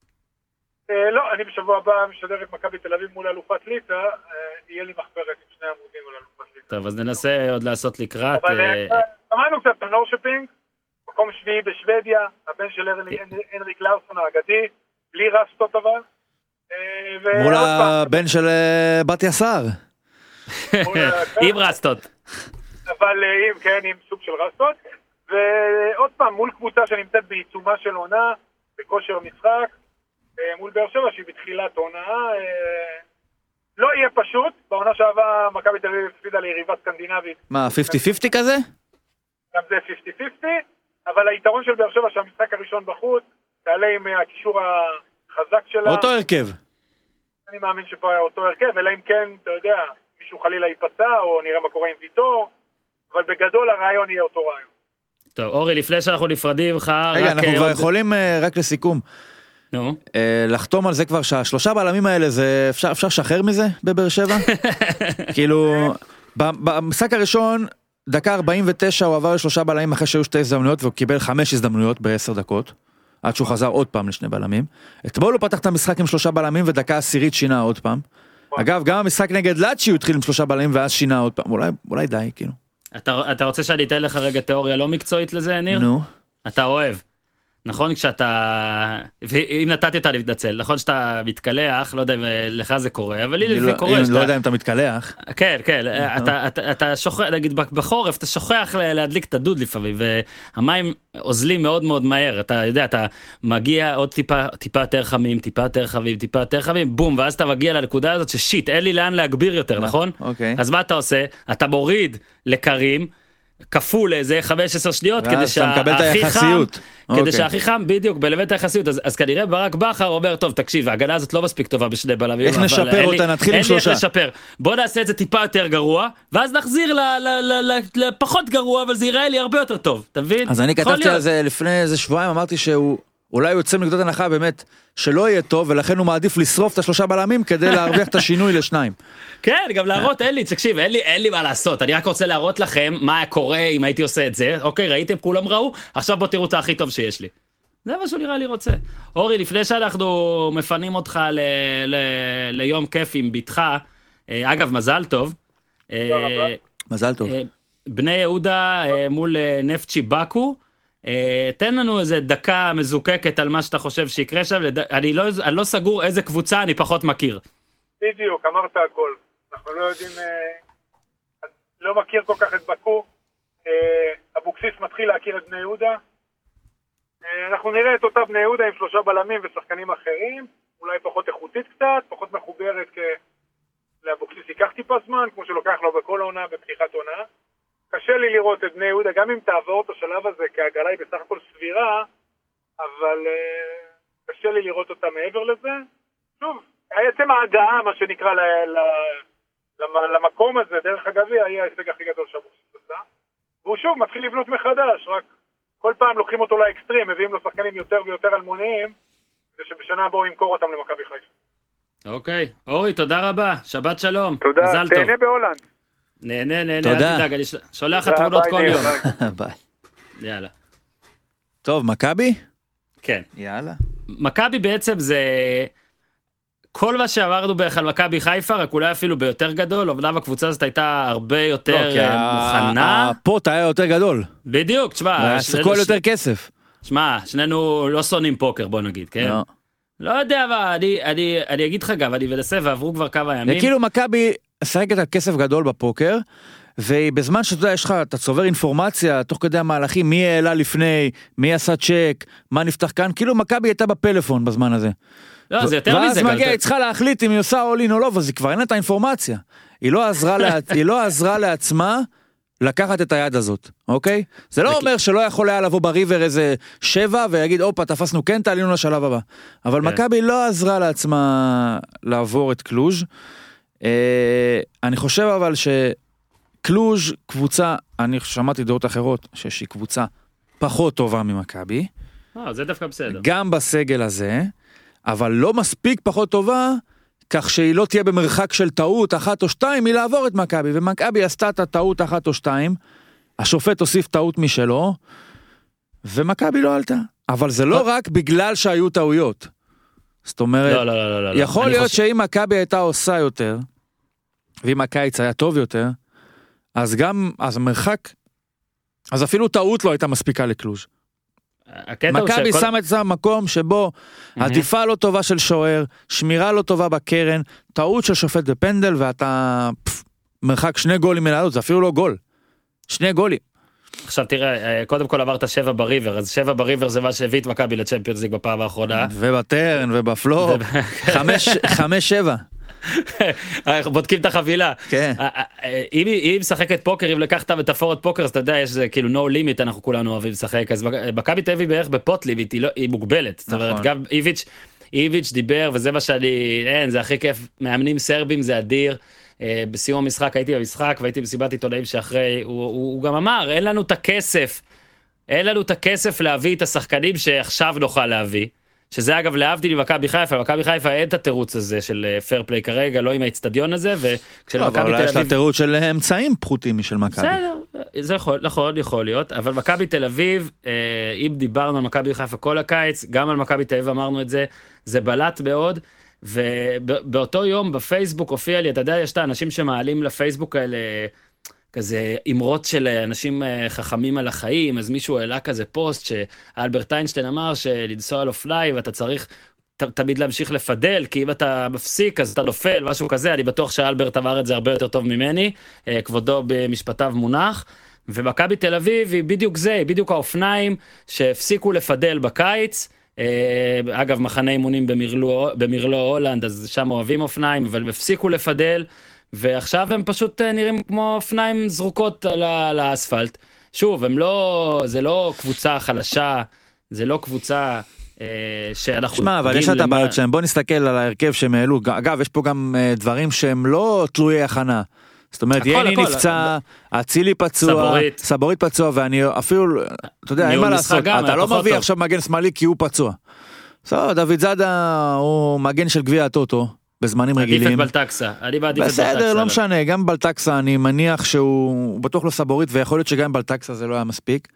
Speaker 3: לא, אני בשבוע הבא משדר את מכבי תל אביב מול אלופת ליטא, יהיה לי מחברת עם 2 עמודים מול אלופת ליטא.
Speaker 1: טוב, אז ננסה עוד לעשות לקראת.
Speaker 3: אבל שמענו קצת על נורשפינג, מקום 7 בשוודיה, הבן של הנריק לארסון האגדי, בלי רסטות אבל.
Speaker 2: מול הבן של בת יסר.
Speaker 1: עם רסטות.
Speaker 3: אבל עם סוג של רסטות, ועוד פעם, מול קבוצה שנמצאת בעיצומה של עונה, בכושר משחק, מול באר שבע שהיא בתחילת עונה, לא יהיה פשוט, בעונה שעברה מכבי תל אביב הפסידה ליריבה סקנדינבית.
Speaker 2: מה, 50-50 כזה?
Speaker 3: גם זה 50-50, אבל היתרון של באר שבע שהמשחק הראשון בחוץ, תעלה עם הקישור החזק שלה.
Speaker 2: אותו הרכב.
Speaker 3: אני מאמין שפה היה אותו הרכב, אלא אם כן, אתה יודע, מישהו חלילה ייפצע, או נראה מה קורה עם ויטור, אבל בגדול הרעיון יהיה אותו רעיון.
Speaker 1: טוב, אורי, לפני שאנחנו נפרדים לך...
Speaker 2: רגע, אנחנו כבר יכולים, רק לסיכום, לחתום על זה כבר שה3 בלמים האלה, אפשר לשחרר מזה בבאר שבע? כאילו, במשחק הראשון, דקה 49 הוא עבר ל3 בלמים אחרי שהיו 2 הזדמנויות, והוא קיבל 5 הזדמנויות ב10 דקות, עד שהוא חזר עוד פעם ל2 בלמים. אתמול הוא פתח את המשחק עם 3 בלמים, ודקה 10 שינה עוד פעם. אגב, גם המשחק נגד לאצ'י הוא התחיל עם 3 בלמים, ואז שינה עוד פעם. אולי די, כאילו.
Speaker 1: אתה רוצה שאני אתן לך רגע תיאוריה לא מקצועית לזה, ניר?
Speaker 2: נו.
Speaker 1: אתה אוהב. נכון כשאתה, אם נתתי אותה להתנצל, נכון שאתה מתקלח, לא יודע אם לך זה קורה, אבל לי לפי קורה.
Speaker 2: לא יודע אם אתה מתקלח.
Speaker 1: כן, אתה שוכח, נגיד בחורף, אתה שוכח להדליק את הדוד לפעמים, והמים עוזלים מאוד מאוד מהר, אתה יודע, אתה מגיע עוד טיפה יותר חמים, טיפה יותר חמים, בום, ואז אתה מגיע לנקודה הזאת ששיט, אין לי לאן להגביר יותר, נכון?
Speaker 2: אוקיי.
Speaker 1: אז מה אתה עושה? אתה מוריד לקרים, כפול איזה 15 שניות, כדי שהכי חם, בדיוק, בלבט היחסיות, אז כנראה ברק בכר אומר, טוב, תקשיב, ההגנה הזאת לא מספיק טובה בשני בלמים,
Speaker 2: איך נשפר אותה, נתחיל עם 3.
Speaker 1: בוא נעשה את זה טיפה יותר גרוע, ואז נחזיר לפחות גרוע, אבל זה יראה לי הרבה יותר טוב, אתה מבין?
Speaker 2: אז אני כתבתי על זה לפני איזה שבועיים, אמרתי שהוא אולי יוצא מנקודת הנחה באמת שלא יהיה טוב, ולכן הוא מעדיף לשרוף את 3 בלמים כדי להרוויח את השינוי ל2.
Speaker 1: כן, גם להראות, תקשיב, אין לי מה לעשות, אני רק רוצה להראות לכם מה היה קורה אם הייתי עושה את זה, אוקיי, ראיתם, כולם ראו, עכשיו בוא תראו את הכי טוב שיש לי. זה מה שהוא נראה לי רוצה. אורי, לפני שאנחנו מפנים אותך ליום כיף עם ביתך, אגב, מזל טוב.
Speaker 2: מזל טוב.
Speaker 1: בני יהודה מול נפצ'י בקו, תן לנו איזה דקה מזוקקת על מה שאתה חושב שיקרה שם, אני לא סגור איזה קבוצה אני פחות מכיר.
Speaker 3: בדיוק, אמרת הכל. אנחנו לא יודעים, לא מכיר כל כך את בקו, אבוקסיס מתחיל להכיר את בני יהודה, אנחנו נראה את אותה בני יהודה עם 3 בלמים ושחקנים אחרים, אולי פחות איכותית קצת, פחות מחוברת לאבוקסיס ייקח טיפה זמן, כמו שלוקח לו בכל העונה בפתיחת עונה. קשה לי לראות את בני יהודה, גם אם תעבור את השלב הזה, כי ההגנה היא בסך הכל סבירה, אבל קשה לי לראות אותה מעבר לזה. שוב, עצם ההגעה, מה שנקרא, למקום הזה, דרך הגביע, היה ההישג הכי גדול שאבוקסיס עשה. והוא שוב מתחיל לבנות מחדש, רק כל פעם לוקחים אותו לאקסטרים, מביאים לו שחקנים יותר ויותר אלמוניים, כדי שבשנה הבאה ימכור אותם למכבי חיפה.
Speaker 1: אוקיי, אורי, תודה רבה, שבת שלום.
Speaker 3: תודה, תהנה בהולנד.
Speaker 1: נהנה, תדאג, אני שולח לך תמונות כל יום.
Speaker 2: ביי.
Speaker 1: יאללה.
Speaker 2: טוב, מכבי?
Speaker 1: כן.
Speaker 2: יאללה.
Speaker 1: מכבי בעצם זה כל מה שאמרנו בערך על מכבי חיפה, רק אולי אפילו ביותר גדול, אמנם הקבוצה הזאת הייתה הרבה יותר מוכנה.
Speaker 2: הפוט היה יותר גדול.
Speaker 1: בדיוק, תשמע.
Speaker 2: כל יותר כסף.
Speaker 1: תשמע, שנינו לא שונאים פוקר, בוא נגיד, כן? לא יודע, אבל אני אגיד לך גם, אני מנסה ועברו כבר כמה ימים.
Speaker 2: וכאילו מכבי שחקת על כסף גדול בפוקר, ובזמן שאתה יודע, יש לך, אתה צובר אינפורמציה, תוך כדי המהלכים, מי העלה לפני, מי עשה צ'ק, מה נפתח כאן, כאילו מכבי הייתה בפלאפון בזמן הזה.
Speaker 1: לא, זה יותר מזה.
Speaker 2: ואז מגיע, היא צריכה להחליט אם היא עושה אולין או לא, אז היא כבר אין את האינפורמציה. היא לא עזרה לעצמה לקחת את היד הזאת, אוקיי? זה לא אומר שלא יכול היה לבוא בריבר איזה 7, ויגיד, אופה, תפסנו כן, תעלינו לשלב הבא. אבל מכבי לא עזרה לעצמה לעבור את קלוז'. אני חושב אבל שקלוז' קבוצה, אני שמעתי דעות אחרות, שהיא קבוצה פחות טובה ממכבי.
Speaker 1: זה דווקא בסדר.
Speaker 2: גם בסגל הזה, אבל לא מספיק פחות טובה, כך שהיא לא תהיה במרחק של טעות 1 או 2 מלעבור את מכבי, ומכבי עשתה את הטעות 1 או 2, השופט הוסיף טעות משלו, ומכבי לא עלתה. אבל זה לא רק בגלל שהיו טעויות. זאת אומרת, יכול להיות שאם מכבי הייתה עושה יותר, ואם הקיץ היה טוב יותר, אז גם, אז המרחק, אז אפילו טעות לא הייתה מספיקה לקלוז'. מכבי שם את זה במקום שבו עדיפה לא טובה של שוער, שמירה לא טובה בקרן, טעות של שופט בפנדל, ואתה מרחק 2 גולים מלעלות, זה אפילו לא גול, 2 גולים.
Speaker 1: עכשיו תראה, קודם כל עברת 7 בריבר, אז 7 בריבר זה מה שהביא את מכבי לצ'מפיונס ליג בפעם האחרונה.
Speaker 2: ובטרן ובפלופ, 5-7.
Speaker 1: בודקים את החבילה. אם משחקת פוקר, אם לקחת מטאפורת פוקר, אז אתה יודע, יש כאילו no limit, אנחנו כולנו אוהבים לשחק, אז מכבי תל אביב בערך בפוט לימיט, היא מוגבלת, זאת אומרת, גם איביץ' דיבר, וזה מה שאני, זה הכי כיף, מאמנים סרבים, זה אדיר, בסיום המשחק, הייתי במשחק, והייתי במסיבת עיתונאים שאחרי, הוא גם אמר, אין לנו את הכסף להביא את השחקנים שעכשיו נוכל להביא, שזה אגב להבדיל ממכבי חיפה, מכבי חיפה אין את התירוץ הזה של פייר פליי כרגע, לא עם האצטדיון הזה,
Speaker 2: אבל אולי יש לה תירוץ של אמצעים פחותים משל מכבי.
Speaker 1: בסדר, זה יכול להיות, אבל מכבי תל אביב, אם דיברנו על מכבי חיפה כל הקיץ, גם על מכבי תל אביב אמרנו את זה, זה בלט מאוד, ובאותו יום בפייסבוק הופיע לי, אתה יודע, יש את האנשים שמעלים לפייסבוק האלה, כזה אמרות של אנשים חכמים על החיים, אז מישהו העלה כזה פוסט שאלברט איינשטיין אמר שלנסוע על אופניים ואתה צריך תמיד להמשיך לפדל, כי אם אתה מפסיק אז אתה נופל, משהו כזה, אני בטוח שאלברט אמר את זה הרבה יותר טוב ממני, כבודו במשפטו מונח, ומכבי תל אביב היא בדיוק זה, היא בדיוק האופניים שהפסיקו לפדל בקיץ, אגב מחנה אימונים במרלו הולנד, אז שם אוהבים אופניים, אבל הפסיקו לפדל, ועכשיו הם פשוט נראים כמו אופניים זרוקות על האספלט. שוב, זה לא קבוצה חלשה, זה לא קבוצה שאנחנו...
Speaker 2: שמע, אבל יש את הבעיות שהם, בוא נסתכל על ההרכב שהם העלו, אגב, יש פה גם דברים שהם לא תלויי הכנה, זאת אומרת, ייני נפצע, אצילי פצוע, סבורית פצוע, ואני אפילו, אתה יודע, אין מה לעשות, אתה לא מביא עכשיו מגן שמאלי כי הוא פצוע. דוד זאדה הוא מגן של גביע הטוטו, בזמנים רגילים.
Speaker 1: עדיף את בלטקסה, אני בעדיף את בלטקסה.
Speaker 2: בסדר, לא משנה, גם בלטקסה אני מניח שהוא בטוח לא סבורית, ויכול להיות שגם בלטקסה זה לא היה מספיק.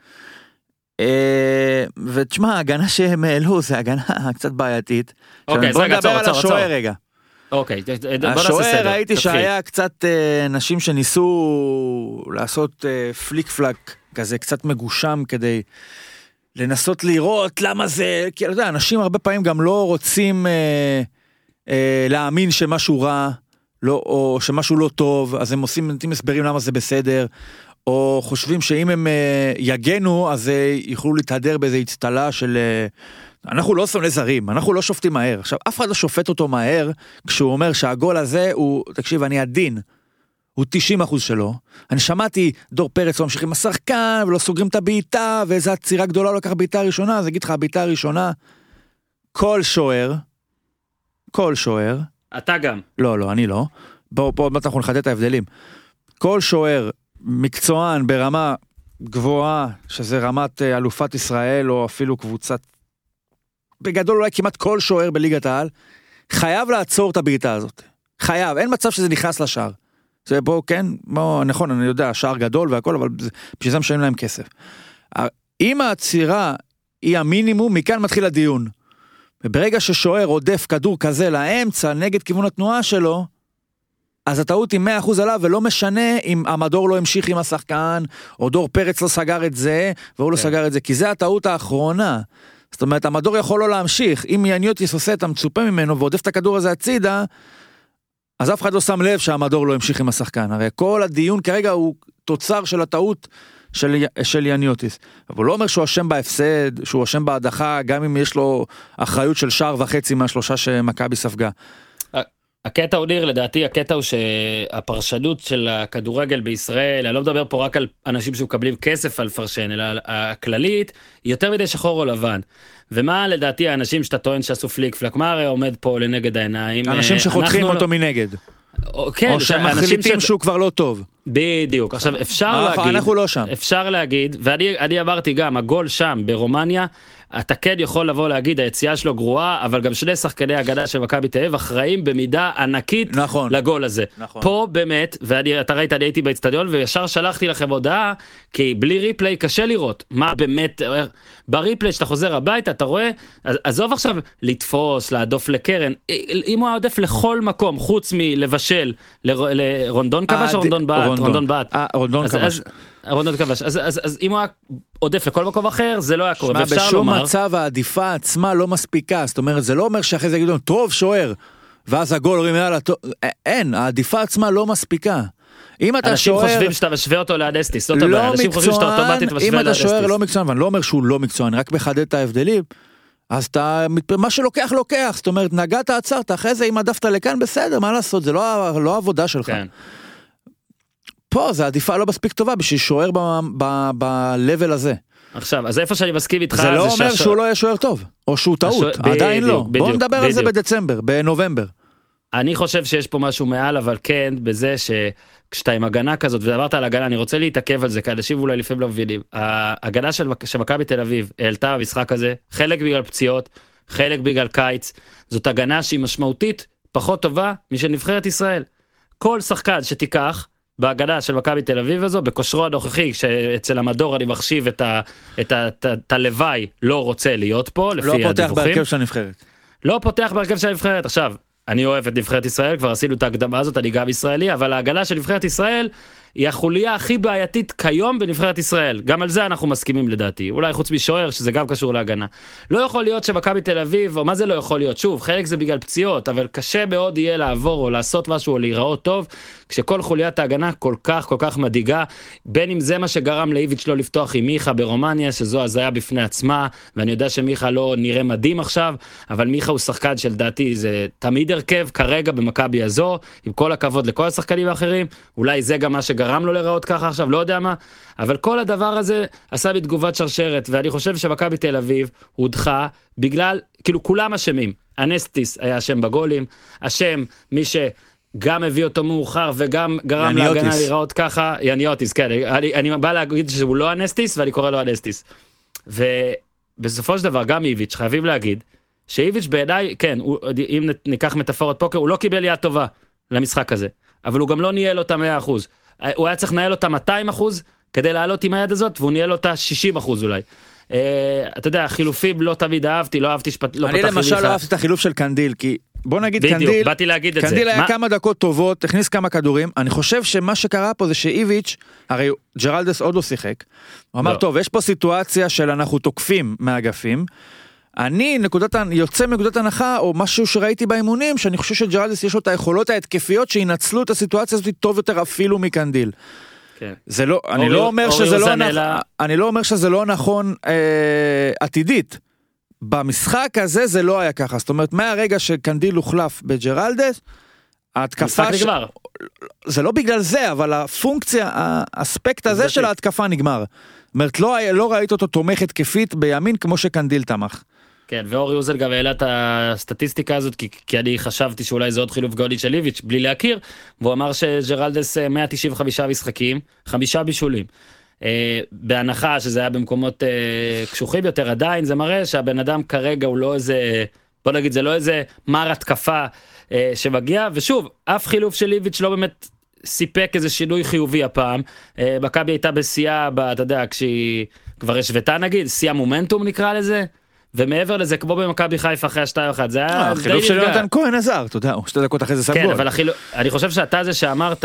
Speaker 2: ותשמע, ההגנה שהם העלו, זה הגנה קצת בעייתית.
Speaker 1: אוקיי,
Speaker 2: בוא נדבר על השוער רגע.
Speaker 1: אוקיי, בוא נעשה סדר.
Speaker 2: השוער ראיתי שהיה קצת נשים שניסו לעשות פליק פלק כזה, קצת מגושם כדי לנסות לראות למה זה, כי אתה יודע, אנשים הרבה פעמים גם לא רוצים להאמין שמשהו רע, או שמשהו לא טוב, אז הם נותנים הסברים למה זה בסדר, או חושבים שאם הם יגנו, אז יוכלו להתהדר באיזו הצטלה של... אנחנו לא שונאי זרים, אנחנו לא שופטים מהר. עכשיו, אף אחד לא שופט אותו מהר, כשהוא אומר שהגול הזה הוא, תקשיב, אני עדין, הוא 90% שלו. אני שמעתי דור פרץ, לא ממשיכים השחקן, ולא סוגרים את הבעיטה, ואיזו עצירה גדולה לא לקח בעיטה הראשונה, אז אגיד לך, הבעיטה הראשונה, כל שוער,
Speaker 1: אתה גם.
Speaker 2: לא, אני לא. פה אנחנו נחדד את ההבדלים. כל שוער מקצוען ברמה גבוהה, שזה רמת אלופת ישראל, או אפילו קבוצת, בגדול אולי כמעט כל שוער בליגת העל, חייב לעצור את הבעיטה הזאת. חייב, אין מצב שזה נכנס לשער. זה בוא, כן, נכון, אני יודע, שער גדול והכל, אבל בשביל זה משלמים להם כסף. אם העצירה היא המינימום, מכאן מתחיל הדיון. וברגע ששוער עודף כדור כזה לאמצע, נגד כיוון התנועה שלו, אז הטעות היא 100% עליו, ולא משנה אם המדור לא המשיך עם השחקן, או דור פרץ לא סגר את זה, והוא לא סגר את זה, כי זה הטעות האחרונה. זאת אומרת, המדור יכול לא להמשיך, אם יניוטיס עושה את המצופה ממנו, ועודף את הכדור הזה הצידה, אז אף אחד לא שם לב שהמדור לא המשיך עם השחקן. הרי כל הדיון כרגע הוא תוצר של הטעות של יניוטיס. אבל הוא לא אומר שהוא אשם בהפסד, שהוא אשם בהדחה, גם אם יש לו אחריות של שער וחצי מהשלושה שמכבי ספגה.
Speaker 1: הקטע הוא ניר, לדעתי הקטע הוא שהפרשנות של הכדורגל בישראל, אני לא מדבר פה רק על אנשים שמקבלים כסף על פרשן, אלא הכללית, היא יותר מדי שחור או לבן. ומה לדעתי האנשים שאתה טוען שעשו פליק פלק, מה הרי עומד פה לנגד העיניים?
Speaker 2: אנשים שחותכים אותו מנגד.
Speaker 1: כן,
Speaker 2: או שמחליטים שהוא כבר לא טוב.
Speaker 1: בדיוק, עכשיו
Speaker 2: אנחנו לא שם.
Speaker 1: אפשר להגיד, ואני אמרתי גם, הגול שם ברומניה, אתה כן יכול לבוא להגיד, היציאה שלו גרועה, אבל גם שני שחקני הגנה של מכבי תל אביב אחראים במידה ענקית לגול הזה. פה באמת, ואתה ראית, אני הייתי באצטדיון, וישר שלחתי לכם הודעה, כי בלי ריפליי קשה לראות. מה באמת, בריפליי שאתה חוזר הביתה, אתה רואה, עזוב עכשיו לתפוס, להדוף לקרן, אם הוא עודף לכל מקום, חוץ מלבשל, לרונדון כבש או רונדון בעט? רונדון בעט. רונדון כבש. אז אם הוא היה עודף לכל מקום אחר, זה לא היה קורה.
Speaker 2: בשום מצב העדיפה עצמה לא מספיקה, זאת אומרת, זה לא אומר שאחרי זה יגידו, טוב שוער, ואז הגול הורים מעלה, אין, העדיפה עצמה לא מספיקה. אם אתה שוער...
Speaker 1: אנשים חושבים שאתה משווה אותו לאדסטיס, זאת הבעיה. אנשים חושבים שאתה אוטומטית משווה לאדסטיס.
Speaker 2: אם אתה שוער לא מקצוען, ואני לא אומר שהוא לא מקצוען, רק מחדד את ההבדלים, אז אתה, מה שלוקח, לוקח, זאת אומרת, נגעת, עצרת, אחרי זה אם עדפת לכאן, בסדר, מה לעשות, זה לא העבודה שלך. פה זה עדיפה לא מספיק טובה בשביל שוער ב-level הזה.
Speaker 1: עכשיו, אז איפה שאני מסכים איתך...
Speaker 2: זה לא אומר שהוא לא יהיה שוער טוב, או שהוא טעות, עדיין לא. בואו נדבר על זה בדצמבר, בנובמבר.
Speaker 1: אני חושב שיש פה משהו מעל, אבל כן, בזה שכשאתה עם הגנה כזאת, ודברת על הגנה, אני רוצה להתעכב על זה, כי אנשים אולי לפעמים לא מבינים. ההגנה של מכבי תל אביב העלתה במשחק הזה, חלק בגלל פציעות, חלק בגלל קיץ, זאת הגנה שהיא משמעותית, פחות טובה משל נבחרת ישראל. כל שחקן שתיקח, בהגנה של מכבי תל אביב הזו, בכושרו הנוכחי, שאצל המדור אני מחשיב את הלוואי, לא רוצה להיות פה, לפי הדיווחים.
Speaker 2: לא פותח בהרכב של הנבחרת.
Speaker 1: לא פותח בהרכב של הנבחרת. עכשיו, אני אוהב את נבחרת ישראל, כבר עשינו את ההקדמה הזאת, אני גם ישראלי, אבל ההגנה של נבחרת ישראל, היא החוליה הכי בעייתית כיום בנבחרת ישראל. גם על זה אנחנו מסכימים לדעתי. אולי חוץ משוער, שזה גם קשור להגנה. לא יכול להיות שמכבי תל אביב, או מה זה לא יכול להיות? שוב, חלק זה בגלל פציעות, אבל קשה מאוד יהיה לעבור או לעשות משהו או להיראות טוב, כשכל חוליית ההגנה כל כך מדאיגה, בין אם זה מה שגרם לאיביץ' לא לפתוח עם מיכה ברומניה, שזו הזיה בפני עצמה, ואני יודע שמיכה לא נראה מדהים עכשיו, אבל מיכה הוא שחקן של דעתי, זה תמיד הרכב כרגע במכבי הזו, עם כל הכבוד לכל השחקנים האחרים, אולי זה גם מה שגרם לו לראות ככה עכשיו, לא יודע מה, אבל כל הדבר הזה עשה בתגובת שרשרת, ואני חושב שמכבי תל אביב הודחה בגלל, כאילו כולם אשמים, אנסטיס היה אשם בגולים, אשם מי שגם הביא אותו מאוחר וגם גרם להגנה לראות ככה, יניוטיס, כן, אני בא להגיד שהוא לא אנסטיס ואני קורא לו אנסטיס. ובסופו של דבר גם איביץ' חייבים להגיד, שאיביץ' בעיניי, כן, אם ניקח מטאפורת פוקר, הוא לא קיבל יד טובה למשחק הזה, אבל הוא גם לא ניהל אותה 100%. הוא היה צריך לנהל אותה 200% כדי לעלות עם היד הזאת, והוא ניהל אותה 60% אולי. אתה יודע, החילופים לא תמיד אהבתי, לא אהבתי
Speaker 2: אני למשל לא אהבתי את החילוף של קנדיל, כי בוא נגיד קנדיל,
Speaker 1: באתי להגיד את זה.
Speaker 2: קנדיל היה כמה דקות טובות, הכניס כמה כדורים, אני חושב שמה שקרה פה זה שאיביץ', הרי ג'רלדס עוד לא שיחק, הוא אמר טוב, יש פה סיטואציה של אנחנו תוקפים מהאגפים, אני יוצא מנקודת הנחה, או משהו שראיתי באימונים, שאני חושב שג'רלדס יש לו את היכולות ההתקפיות, שינצלו את הסיטואציה הזאת טוב יותר אפילו מקנדיל. זה לא, אני לא אומר שזה לא נכון עתידית. במשחק הזה זה לא היה ככה. זאת אומרת, מהרגע שקנדיל הוחלף בג'רלדס, ההתקפה זה לא בגלל זה, אבל הפונקציה, האספקט הזה של ההתקפה נגמר. זאת אומרת, לא ראית אותו תומך התקפית בימין כמו שקנדיל תמך.
Speaker 1: כן, ואורי אוזל גם העלה את הסטטיסטיקה הזאת, כי אני חשבתי שאולי זה עוד חילוף גאוני של איביץ' בלי להכיר, והוא אמר שג'רלדס 195 משחקים, 5 בישולים. בהנחה שזה היה במקומות קשוחים יותר, עדיין זה מראה שהבן אדם כרגע הוא לא איזה, בוא נגיד, זה לא איזה מר התקפה שמגיע, ושוב, אף חילוף של איביץ' לא באמת סיפק איזה שינוי חיובי הפעם. מכבי הייתה בשיאה, אתה יודע, כשהיא כבר השוותה נגיד, שיאה מומנטום נקרא לזה, ומעבר לזה, כמו במכבי חיפה אחרי 2-1, זה היה
Speaker 2: החילוף של יונתן כהן עזר, אתה יודע, 2 דקות אחרי זה שם גול.
Speaker 1: כן, אבל אני חושב שאתה זה שאמרת,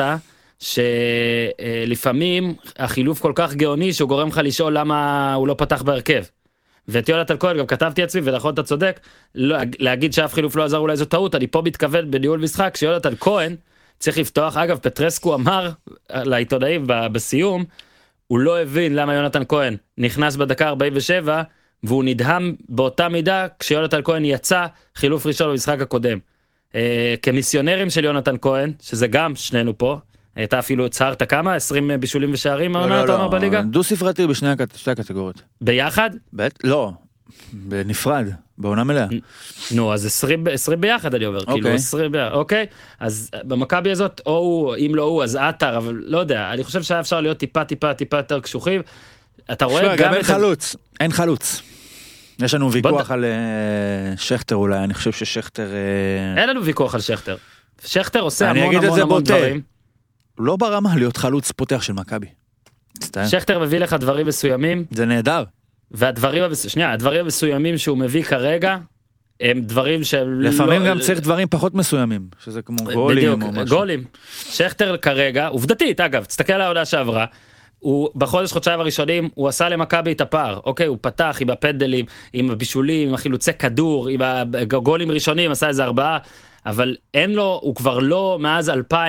Speaker 1: שלפעמים החילוף כל כך גאוני, שהוא גורם לך לשאול למה הוא לא פתח בהרכב. ואת יונתן כהן, גם כתבתי עצמי, ונכון אתה צודק, להגיד שאף חילוף לא עזר אולי זו טעות, אני פה מתכוון בניהול משחק, שיונתן כהן צריך לפתוח, אגב, פטרסקו אמר לעיתונאים בסיום, הוא לא הבין למה יונתן כהן נכנס בדקה 47, והוא נדהם באותה מידה כשיונתן כהן יצא חילוף ראשון במשחק הקודם. כמיסיונרים של יונתן כהן, שזה גם שנינו פה, הייתה אפילו צהרת כמה? 20 בישולים ושערים העונה, אתה אומר בליגה?
Speaker 2: דו ספרתי בשתי הקטגוריות.
Speaker 1: ביחד?
Speaker 2: לא, בנפרד, בעונה מלאה.
Speaker 1: נו, אז 20 ביחד אני אומר, כאילו 20 ביחד, אוקיי? אז במכבי הזאת, או אם לא הוא, אז עטר, אבל לא יודע, אני חושב שהיה אפשר להיות טיפה יותר קשוחים. אתה רואה גם
Speaker 2: אין חלוץ. יש לנו ויכוח על שכטר אולי, אני חושב ששכטר...
Speaker 1: אין לנו ויכוח על שכטר. שכטר עושה המון דברים.
Speaker 2: לא ברמה להיות חלוץ פותח של מכבי.
Speaker 1: שכטר מביא לך דברים מסוימים.
Speaker 2: זה נהדר.
Speaker 1: והדברים המסוימים שהוא מביא כרגע, הם דברים שהם...
Speaker 2: לפעמים גם צריך דברים פחות מסוימים, שזה כמו גולים או משהו.
Speaker 1: גולים. שכטר כרגע, עובדתית אגב, תסתכל על העונה שעברה, הוא חודשיים הראשונים, הוא עשה למכבי את הפער, אוקיי, הוא פתח עם הפנדלים, עם הבישולים, עם החילוצי כדור, עם הגולים ראשונים, עשה איזה 4, אבל אין לו, הוא כבר לא מאז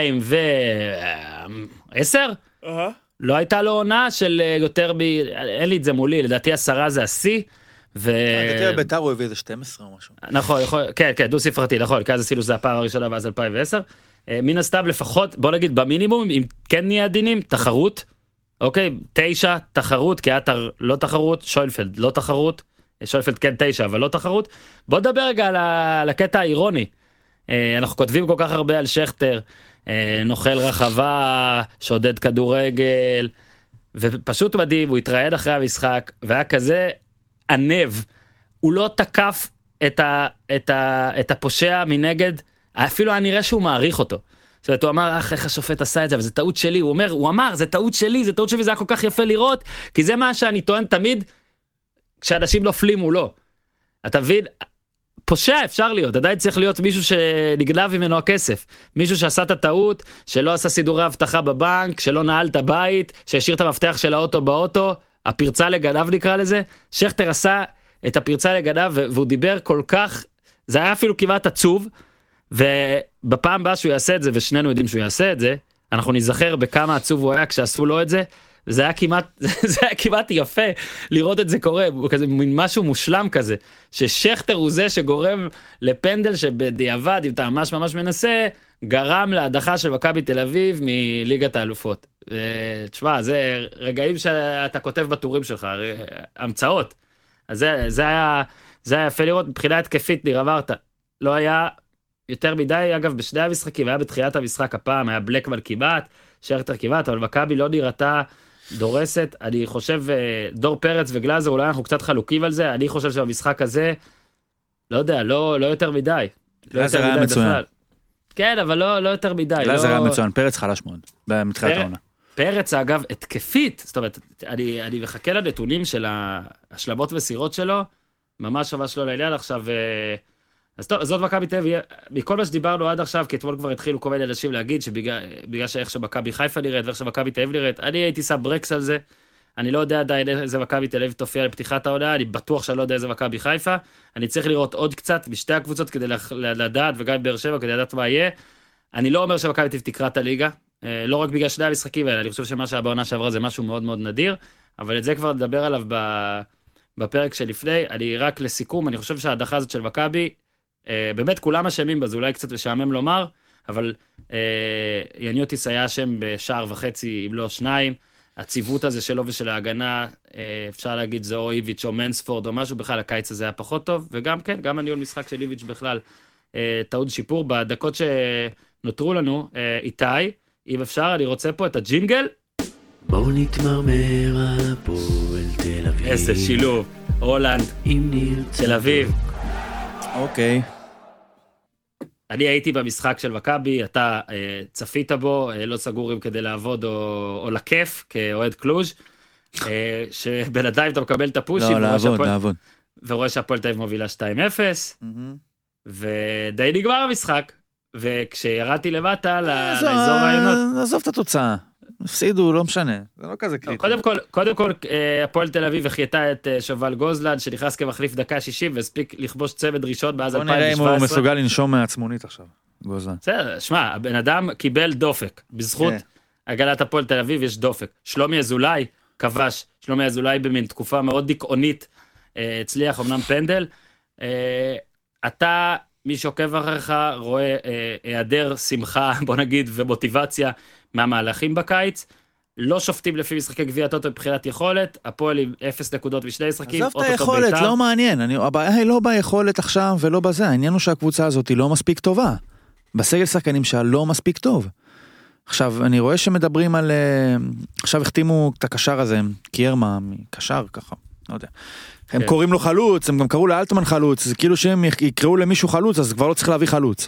Speaker 1: 2010, לא הייתה לו עונה של יותר אין לי את זה מולי, לדעתי 10 זה השיא,
Speaker 2: לדעתי בביתר הוא הביא איזה 12 או משהו.
Speaker 1: נכון, כן, דו ספרתי, נכון, כי אז עשינו זה הפער הראשונה ואז 2010, מן הסתם לפחות, בוא נגיד במינימום, אם כן נהיה עדינים, תחרות, אוקיי, 9 תחרות, כי עטר לא תחרות, שוינפלד לא תחרות, שוינפלד כן 9 אבל לא תחרות. בוא נדבר רגע על הקטע האירוני. אנחנו כותבים כל כך הרבה על שכטר, נוכל רחבה, שודד כדורגל, ופשוט מדהים, הוא התראיין אחרי המשחק, והיה כזה ענב, הוא לא תקף את הפושע מנגד, אפילו היה נראה שהוא מעריך אותו. זאת אומרת, הוא אמר, איך השופט עשה את זה, אבל זה טעות שלי, הוא אמר, זה טעות שלי, זה היה כל כך יפה לראות, כי זה מה שאני טוען תמיד, כשאנשים נופלים הוא לא. אתה מבין, פושע אפשר להיות, עדיין צריך להיות מישהו שנגנב ממנו הכסף, מישהו שעשה את הטעות, שלא עשה סידורי הבטחה בבנק, שלא נעל את הבית, שהשאיר את המפתח של האוטו באוטו, הפרצה לגנב נקרא לזה. שכטר עשה את הפרצה לגנב, והוא דיבר כל כך, זה היה אפילו כמעט עצוב, ובפעם הבאה שהוא יעשה את זה, ושנינו יודעים שהוא יעשה את זה, אנחנו נזכר בכמה עצוב הוא היה כשעשו לו את זה, זה היה כמעט יפה לראות את זה קורה, כזה מין משהו מושלם כזה, ששכטר הוא זה שגורם לפנדל שבדיעבד, אם אתה ממש מנסה, גרם להדחה של מכבי תל אביב מליגת האלופות. תשמע, זה רגעים שאתה כותב בטורים שלך, המצאות. אז זה היה יפה לראות, מבחינה התקפית ניר עברת, לא היה יותר מדי, אגב בשני המשחקים, היה בתחילת המשחק הפעם, היה בלקמן כמעט, שכטר כמעט, אבל מכבי לא נראתה דורסת. אני חושב, דור פרץ וגלאזר, אולי אנחנו קצת חלוקים על זה, אני חושב שבמשחק הזה, לא יודע, לא יותר מדי.
Speaker 2: גלאזר היה מצוין.
Speaker 1: כן, אבל לא יותר מדי.
Speaker 2: גלאזר היה מצוין, פרץ חלש מאוד, מתחילת העונה. פרץ,
Speaker 1: אגב, התקפית, זאת אומרת, אני מחכה לנתונים של ההשלמות וסירות שלו, ממש לא לעניין עכשיו, אז טוב, זאת מכבי תל אביב, מכל מה שדיברנו עד עכשיו, כי אתמול כבר התחילו כל מיני אנשים להגיד שבגלל שאיך שמכבי חיפה נראית ואיך שמכבי תל אביב נראית, אני הייתי שם ברקס על זה, אני לא יודע עדיין איזה מכבי תל אביב תופיע לפתיחת העונה, אני בטוח שאני לא יודע איזה מכבי חיפה, אני צריך לראות עוד קצת בשתי הקבוצות כדי לדעת, וגם באר שבע כדי לדעת מה יהיה. אני לא אומר שמכבי תל אביב תקרא את הליגה, לא רק בגלל שני המשחקים האלה, אני חושב שמה שהיה בעונה שעברה זה משהו מאוד מאוד נדיר, אבל את זה כבר נדבר עליו בפרק שלפני. אני רק לסיכום, אני חושב שההדחה הזאת של מכבי, באמת כולם אשמים בה, זה אולי קצת משעמם לומר, אבל יניוטיס היה אשם בשער וחצי, אם לא שניים, הציוות הזה שלו ושל ההגנה, אפשר להגיד זה או איביץ' או מנספורד או משהו, בכלל הקיץ הזה היה פחות טוב, וגם כן, גם הניהול משחק של איביץ' בכלל, טעות שיפור. בדקות שנותרו לנו, איתי, אם אפשר, אני רוצה פה את הג'ינגל.
Speaker 4: בואו נתמרמר על הפועל תל אביב.
Speaker 1: איזה שילוב, הולנד, תל אביב.
Speaker 2: אוקיי.
Speaker 1: אני הייתי במשחק של מכבי, אתה צפית בו, לא סגור אם כדי לעבוד או לכיף, כאוהד קלוז', שבינתיים אתה מקבל את הפושים,
Speaker 2: לעבוד.
Speaker 1: ורואה שהפועל תל אביב מובילה 2-0, ודי נגמר המשחק, וכשירדתי למטה לאזור העיינות.
Speaker 2: עזוב את התוצאה. הפסידו, לא משנה, זה לא כזה קריטי.
Speaker 1: קודם כל, הפועל תל אביב החייתה את שובל גוזלן, שנכנס כמחליף דקה 60, והספיק לכבוש צמד ראשון מאז 2017.
Speaker 2: בוא נראה אם הוא מסוגל לנשום מהעצמונית עכשיו, גוזלן.
Speaker 1: בסדר, שמע, הבן אדם קיבל דופק, בזכות הגנת הפועל תל אביב יש דופק. שלומי אזולאי כבש, שלומי אזולאי במין תקופה מאוד דיכאונית, הצליח אמנם פנדל. אתה, מי שעוקב אחריך, רואה היעדר שמחה, בוא נגיד, ומוטיבציה, מהמהלכים בקיץ, לא שופטים לפי משחקי גביע הטוטו מבחינת יכולת, הפועל עם 0 נקודות בשני משחקים,
Speaker 2: עזוב את היכולת, לא מעניין, הבעיה היא לא ביכולת עכשיו ולא בזה, העניין הוא שהקבוצה הזאת היא לא מספיק טובה, בסגל שחקנים שלה לא מספיק טוב. עכשיו, אני רואה שמדברים על, עכשיו החתימו את הקשר הזה, קיירמה, קשר ככה, לא יודע. הם קוראים לו חלוץ, הם גם קראו לאלטמן חלוץ, זה כאילו שהם יקראו למישהו חלוץ, אז כבר לא צריך להביא חלוץ.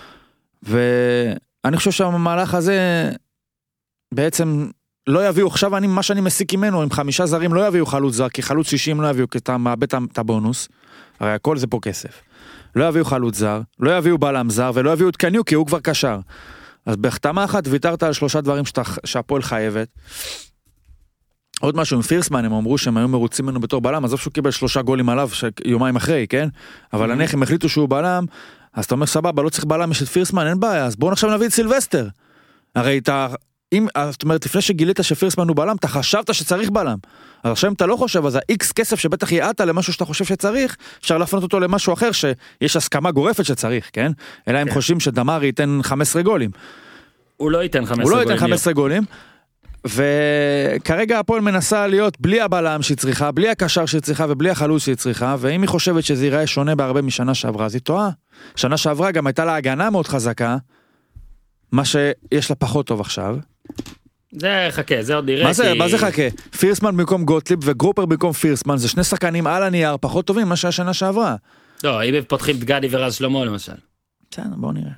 Speaker 2: ואני חושב שהמהלך הזה בעצם לא יביאו, עכשיו מה שאני מסיק ממנו, עם 5 זרים לא יביאו חלוץ זר, כי חלוץ 60 לא יביאו, כי אתה מאבד את הבונוס, הרי הכל זה פה כסף. לא יביאו חלוץ זר, לא יביאו בלם זר, ולא יביאו את קניו, כי הוא כבר קשר. אז בהחתמה אחת ויתרת על 3 דברים שהפועל חייבת. עוד משהו עם פירסמן, הם אמרו שהם היו מרוצים ממנו בתור בלם, עזוב שהוא קיבל 3 גולים עליו יומיים אחרי, כן? אבל נניח הם החליטו שהוא בלם, אז אתה אומר סבבה, לא צריך בלם, יש את פירסמן, אין בעיה, אז בואו עכשיו נביא את סילבסטר. הרי זאת אומרת, לפני שגילית שפירסמן הוא בלם, אתה חשבת שצריך בלם. אז עכשיו אם אתה לא חושב, אז ה-X כסף שבטח יעטה למשהו שאתה חושב שצריך, אפשר להפנות אותו למשהו אחר שיש הסכמה גורפת שצריך, כן? אלא הם חושבים שדמרי ייתן 15 גולים.
Speaker 1: הוא לא ייתן 15 גולים.
Speaker 2: וכרגע הפועל מנסה להיות בלי הבלם שהיא צריכה, בלי הקשר שהיא צריכה ובלי החלוץ שהיא צריכה, ואם היא חושבת שזה ייראה שונה בהרבה משנה שעברה, אז היא טועה. שנה שעברה גם הייתה לה הגנה מאוד חזקה, מה שיש לה פחות טוב עכשיו.
Speaker 1: זה חכה, זה עוד נראה.
Speaker 2: מה זה חכה? פירסמן במקום גוטליב וגרופר במקום פירסמן, זה 2 שחקנים על הנייר פחות טובים מה שהשנה שעברה.
Speaker 1: לא, אם הם פותחים דגני ורז שלמה למשל.
Speaker 2: בסדר, בואו נראה.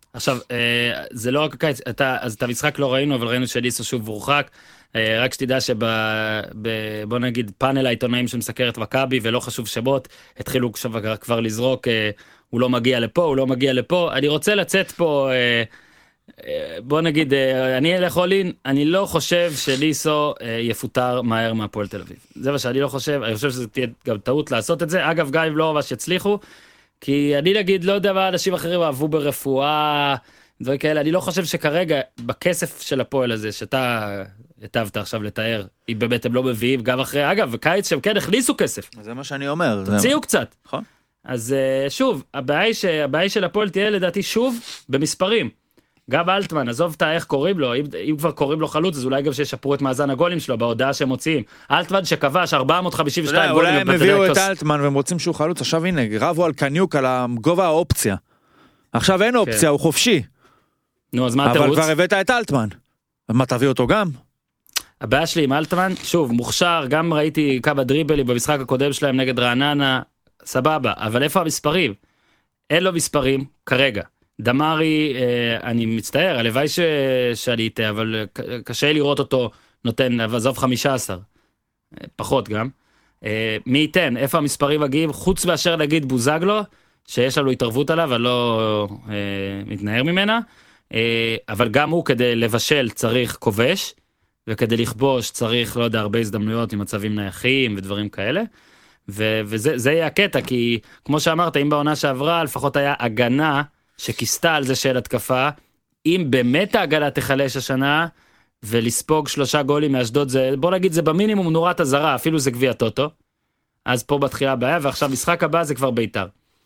Speaker 1: עכשיו, זה לא רק הקיץ, אז את המשחק לא ראינו, אבל ראינו שליסו שוב מורחק, רק שתדע בוא נגיד פאנל העיתונאים שמסקר את מכבי, ולא חשוב שמות, התחילו כבר לזרוק, הוא לא מגיע לפה, הוא לא מגיע לפה, אני רוצה לצאת פה, בוא נגיד, אני אלך אולין, אני לא חושב שליסו יפוטר מהר מהפועל תל אביב. זה מה שאני לא חושב, אני חושב שזה תהיה גם טעות לעשות את זה, אגב, גם אם לא ממש יצליחו, כי אני נגיד, לא יודע מה אנשים אחרים אהבו ברפואה, דברים כאלה, אני לא חושב שכרגע, בכסף של הפועל הזה, שאתה היטבת עכשיו לתאר, אם באמת הם לא מביאים, גם אחרי, אגב, בקיץ שהם כן הכניסו כסף.
Speaker 2: זה מה שאני אומר.
Speaker 1: תוציאו קצת.
Speaker 2: נכון.
Speaker 1: אז שוב, הבעיה של הפועל תהיה לדעתי שוב, במספרים. גם אלטמן, עזוב את איך קוראים לו, אם כבר קוראים לו חלוץ, אז אולי גם שישפרו את מאזן הגולים שלו, בהודעה שהם מוציאים. אלטמן שכבש 452 גולים.
Speaker 2: אולי הם הביאו את אלטמן והם רוצים שהוא חלוץ, עכשיו הנה, רבו על קניוק, על גובה האופציה. עכשיו אין אופציה, הוא חופשי.
Speaker 1: נו, אז מה התירוץ?
Speaker 2: אבל כבר הבאת את אלטמן. מה, תביא אותו גם?
Speaker 1: הבעיה שלי עם אלטמן, שוב, מוכשר, גם ראיתי כמה דריבלים במשחק הקודם שלהם נגד רעננה, סבבה, אבל איפה המספרים? אין לו מספרים, כרגע. דמרי, אני מצטער, הלוואי שאני איתה, אבל קשה לראות אותו נותן, עזוב 15, פחות גם. מי ייתן? איפה המספרים מגיעים? חוץ מאשר נגיד בוזגלו, שיש לנו התערבות עליו, אני לא מתנער ממנה, אבל גם הוא כדי לבשל צריך כובש, וכדי לכבוש צריך, לא יודע, הרבה הזדמנויות עם מצבים נייחים ודברים כאלה, וזה יהיה הקטע, כי כמו שאמרת, אם בעונה שעברה, לפחות היה הגנה, שכיסתה על זה של התקפה, אם באמת ההגנה תחלש השנה, ולספוג 3 גולים מאשדוד, זה, בוא נגיד, זה במינימום נורת הזרה, אפילו זה גביע טוטו, אז פה בתחילה הבעיה, ועכשיו משחק הבא זה כבר ביתר.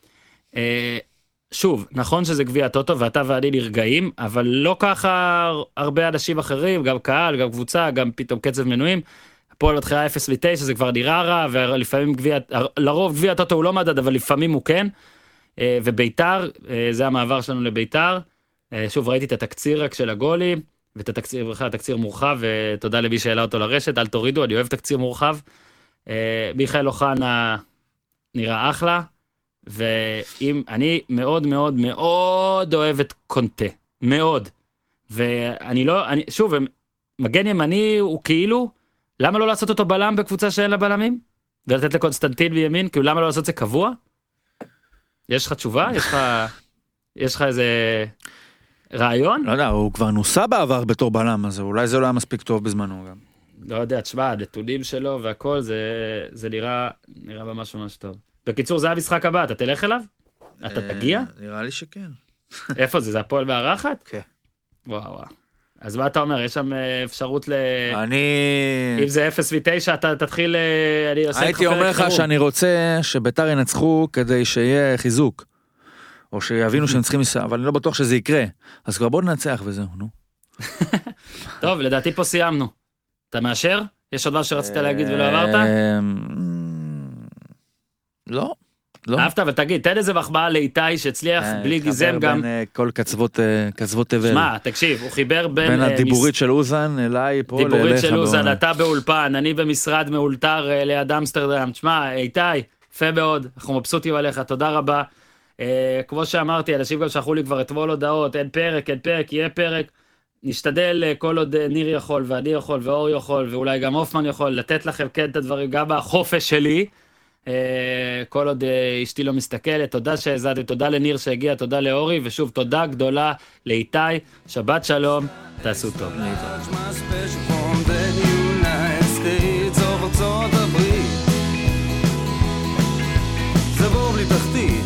Speaker 1: שוב, נכון שזה גביע טוטו, ואתה ואני נרגעים, אבל לא ככה הרבה אנשים אחרים, גם קהל, גם קבוצה, גם פתאום קצב מנויים, הפועל בתחילה 0-9, זה כבר נראה רע, ולפעמים לרוב גביע טוטו הוא לא מדד, אבל לפעמים הוא כן, וביתר, זה המעבר שלנו לביתר, שוב ראיתי את התקציר רק של הגולים, ואת התקציר מורחב, ותודה למי שהעלה אותו לרשת, אל תורידו, אני אוהב תקציר מורחב, מיכאל אוחנה נראה אחלה, ואם אני מאוד מאוד מאוד אוהב את קונטה, מאוד, ואני לא, שוב, מגן ימני הוא כאילו, למה לא לעשות אותו בלם בקבוצה שאין לה בלמים? ולתת לקונסטנטין בימין, כאילו למה לא לעשות זה קבוע? יש לך תשובה? יש לך איזה רעיון?
Speaker 2: לא יודע, הוא כבר נוסע בעבר בתור בלם, אז אולי זה לא היה מספיק טוב בזמנו גם.
Speaker 1: לא יודע, תשמע, הנתונים שלו והכל, זה נראה ממש ממש טוב. בקיצור, זה המשחק הבא, אתה תלך אליו? אתה תגיע?
Speaker 2: נראה לי שכן.
Speaker 1: איפה זה? זה הפועל מארחת?
Speaker 2: כן.
Speaker 1: וואו. אז מה אתה אומר? יש שם אפשרות
Speaker 2: אני...
Speaker 1: אם זה 0-9, אתה תתחיל...
Speaker 2: הייתי אומר לך שאני רוצה שביתר ינצחו כדי שיהיה חיזוק. או שיבינו שהם צריכים לנסוע, אבל אני לא בטוח שזה יקרה. אז כבר בוא ננצח וזהו, נו.
Speaker 1: טוב, לדעתי פה סיימנו. אתה מאשר? יש עוד מה שרצית להגיד ולא אמרת?
Speaker 2: לא.
Speaker 1: אהבת, אבל תגיד, תן איזה מחמאה לאיתי שהצליח בלי גיזם גם...
Speaker 2: בין כל קצוות תבל.
Speaker 1: שמע, תקשיב, הוא חיבר בין
Speaker 2: הדיבורית של אוזן אליי פה לאליך.
Speaker 1: דיבורית של אוזן, אתה באולפן, אני במשרד מאולתר ליד אמסטרדם. תשמע, איתי, יפה מאוד, אנחנו מבסוטים עליך, תודה רבה. כמו שאמרתי, אנשים גם שלחו לי כבר אתמול הודעות, אין פרק, יהיה פרק. נשתדל כל עוד ניר יכול, ואני יכול, ואור יכול, ואולי גם אופמן יכול, לתת לכם כן את הדברים, גם בחופש שלי. כל עוד אשתי לא מסתכלת, תודה שהזדתם, תודה לניר שהגיע, תודה לאורי, ושוב תודה גדולה לאיתי, שבת שלום, תעשו טוב.
Speaker 5: זה בור בלי תחתית